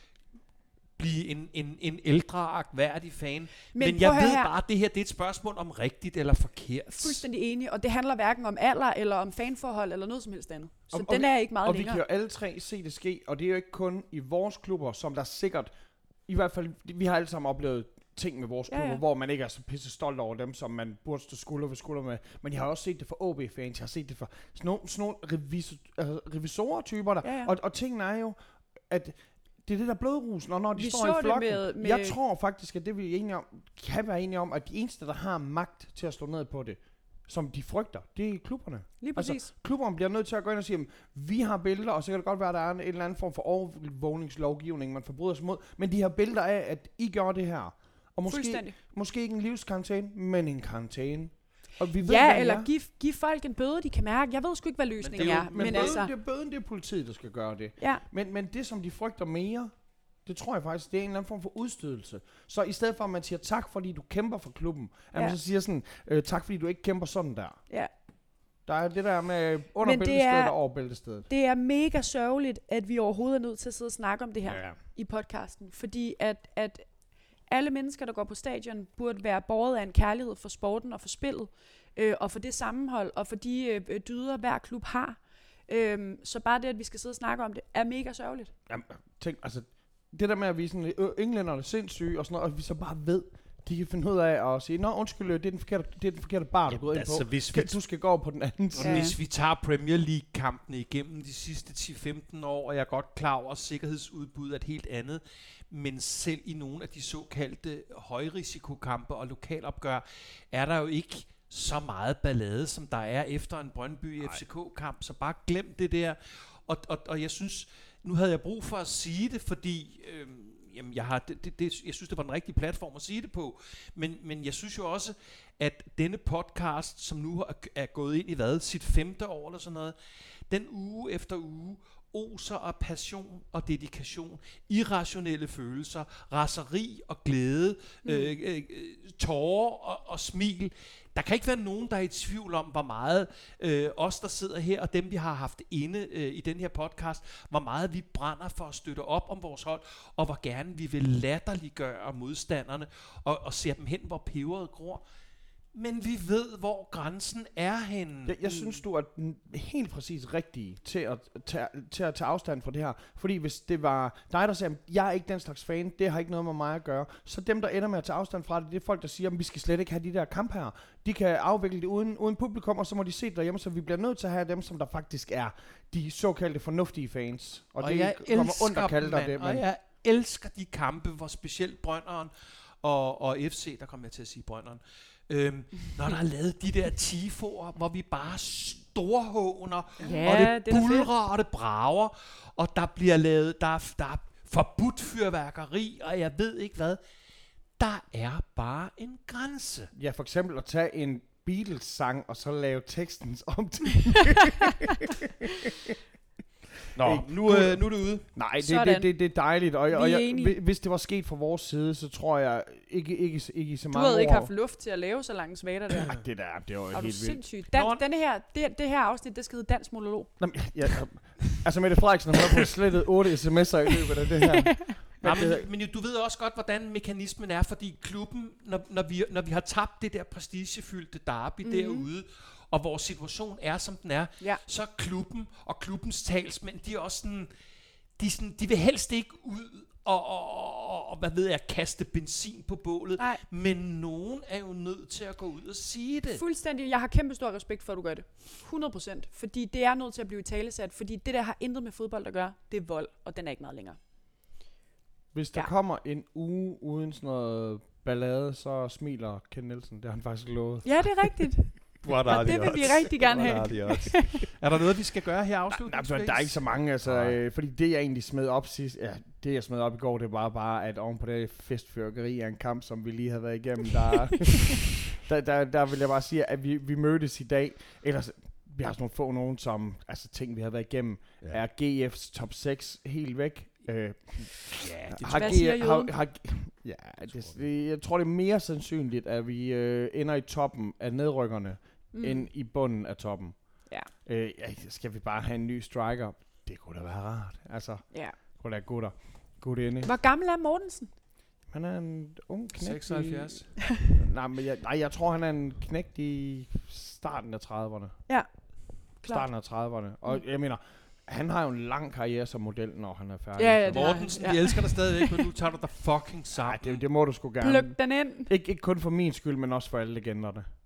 blive en, en, en ældre, agtværdig fan. Men, Men jeg ved her. bare, at det her det er et spørgsmål om rigtigt eller forkert. Fuldstændig enig, og det handler hverken om alder, eller om fanforhold, eller noget som helst andet. Så og, den og, er ikke meget og længere. Og vi kan jo alle tre se det ske, og det er jo ikke kun i vores klubber, som der sikkert, i hvert fald, vi har alle sammen oplevet ting med vores klubber, ja, ja. hvor man ikke er så pisse stolt over dem, som man burde stå skulder ved skulder med. Men jeg har også set det for O B-fans, jeg har set det for sådan nogle, sådan nogle revisor, altså revisorer-typer der. Ja, ja. Og, og tingene er jo, at det er det der blodrusen, og når de vi står i flokken. Med, med jeg tror faktisk, at det vi er enige om, kan være enige om, at de eneste, der har magt til at slå ned på det, som de frygter, det er klubberne. Lige præcis. Altså, klubberne bliver nødt til at gå ind og sige, at vi har billeder, og så kan det godt være, at der er en, en eller anden form for overvågningslovgivning, man forbryder sig mod, men de har billeder af, at I gør det her. Og måske, måske ikke en livskarantæne, men en karantæne. Og vi ved, ja, eller giv, giv folk en bøde, de kan mærke. Jeg ved sgu ikke, hvad løsningen men er. Men, men bøden, altså. det er bøden, det er politiet, der skal gøre det. Ja. Men, men det, som de frygter mere, det tror jeg faktisk, det er en eller anden form for udstødelse. Så i stedet for, at man siger tak, fordi du kæmper for klubben, at ja. man så siger sådan, øh, tak, fordi du ikke kæmper sådan der. Ja. Der er det der med under bæltestedet og over bæltestedet. Det er mega sørgeligt, at vi overhovedet er nødt til at sidde og snakke om det her ja. i podcasten. Fordi at, at alle mennesker, der går på stadion, burde være båret af en kærlighed for sporten og for spillet, øh, og for det sammenhold, og for de øh, dyder, hver klub har. Øh, så bare det, at vi skal sidde og snakke om det, er mega sørgeligt. Jamen, tænk, altså, det der med, at vi er sådan, øh, englænderne er sindssyge, og sådan noget, og vi så bare ved, de kan finde ud af at sige, nå undskyld, det er den forkerte, det er den forkerte bar, du er gået altså, ind på. Hvis vi, du skal gå på den anden side. Ja. Hvis vi tager Premier League-kampene igennem de sidste ti femten år, og jeg er godt klar over, at sikkerhedsudbud er et helt andet, men selv i nogle af de såkaldte højrisikokampe og lokalopgør, er der jo ikke så meget ballade, som der er efter en Brøndby F C K-kamp, så bare glem det der. Og, og, og jeg synes, nu havde jeg brug for at sige det, fordi øh, jamen, jeg, har, det, det, det, jeg synes, det var den rigtige platform at sige det på, men, men jeg synes jo også, at denne podcast, som nu er, er gået ind i hvad, sit femte år eller sådan noget, den uge efter uge, oser af passion og dedikation, irrationelle følelser, raseri og glæde, mm. øh, øh, tårer og, og smil. Der kan ikke være nogen, der er i tvivl om, hvor meget øh, os, der sidder her, og dem, vi har haft inde øh, i den her podcast, hvor meget vi brænder for at støtte op om vores hold, og hvor gerne vi vil latterliggøre modstanderne, og, og se dem hen, hvor peberet gror. men vi ved, hvor grænsen er henne. Jeg, jeg synes, du er den helt præcis rigtig til at, tage, til at tage afstand fra det her. Fordi hvis det var dig, der sagde, jeg er ikke den slags fan, det har ikke noget med mig at gøre, så dem, der ender med at tage afstand fra det, det er folk, der siger, at vi skal slet ikke have de der kamp her. De kan afvikle det uden, uden publikum, og så må de se det derhjemme, så vi bliver nødt til at have dem, som der faktisk er de såkaldte fornuftige fans. Og, og det jeg kommer elsker under kalde dem, dig det. Og jeg elsker de kampe, hvor specielt Brønderen og, og F C, der kommer jeg til at sige Brønderen, Øhm, når der er lavet de der tifoer, hvor vi bare storhåner, ja, og det, det bulrer, og det brager, og der bliver lavet, der er, der er forbudt fyrværkeri, og jeg ved ikke hvad. Der er bare en grænse. Ja, for eksempel at tage en Beatles-sang, og så lave teksten om til. Nå, nu, øh, nu er det ude. Nej, det, det, det, det er dejligt, og, og jeg, hvis det var sket fra vores side, så tror jeg ikke, ikke, ikke i så du mange år. Du havde ikke haft luft til at lave så lange svater der. Ej, det der, det var helt vildt. Sindssygt. Dan, denne her, det, det her afsnit, det skal hedde Dansk Monolog. Nå, ja, altså Mette Frederiksen har fået slettet otte sms'er i løbet af det her. Nej, men, men du ved også godt, hvordan mekanismen er, fordi klubben, når, når, vi, når vi har tabt det der prestigefyldte derby mm-hmm. derude, og vores situation er, som den er, ja. så klubben og klubbens talsmænd, de er også sådan, de, sådan, de vil helst ikke ud og, og, og, og, hvad ved jeg, kaste benzin på bålet, Nej. men nogen er jo nødt til at gå ud og sige det. Fuldstændig. Jeg har kæmpe stor respekt for, at du gør det. hundrede procent. Fordi det er nødt til at blive italesat, fordi det der har intet med fodbold at gøre, det er vold, og den er ikke meget længere. Hvis der ja. kommer en uge uden sådan noget ballade, så smiler Ken Nielsen. Det har han faktisk lovet. Ja, det er rigtigt. Og det vil vi rigtig gerne have. Er der noget, vi skal gøre her afslutningsvis? Nej, nej, der er ikke så mange, altså, øh, fordi det jeg egentlig smed op sidst, ja, det jeg smed op i går, det var bare, at oven på det festfyrkeri af en kamp, som vi lige havde været igennem, der, der, der, der vil jeg bare sige, at vi, vi mødtes i dag, ellers vi har sådan nogle få nogen, som, altså ting vi har været igennem, ja. er G F's top seks helt væk. Øh, ja, det har, G, har, har, ja, det, det, jeg tror det er mere sandsynligt, at vi øh, ender i toppen af nedrykkerne, mm. end i bunden af toppen. Ja. Øh, skal vi bare have en ny striker? Det kunne da være rart. Altså, ja. kunne da gutter. Gut inde. Hvor gammel er Mortensen? Han er en ung knægt. seksoghalvfjerds. nej, men jeg, nej, jeg tror han er en knægt i starten af trediverne. Ja. Klart. Starten af trediverne. Og mm. jeg mener, han har jo en lang karriere som model, når han er færdig. Ja, ja, Mortensen, ja. Vi elsker dig stadigvæk, men nu tager du dig fucking sammen. Nej, det, det må du sgu gerne. Pluk den ind. Ik- ikke kun for min skyld, men også for alle legenderne.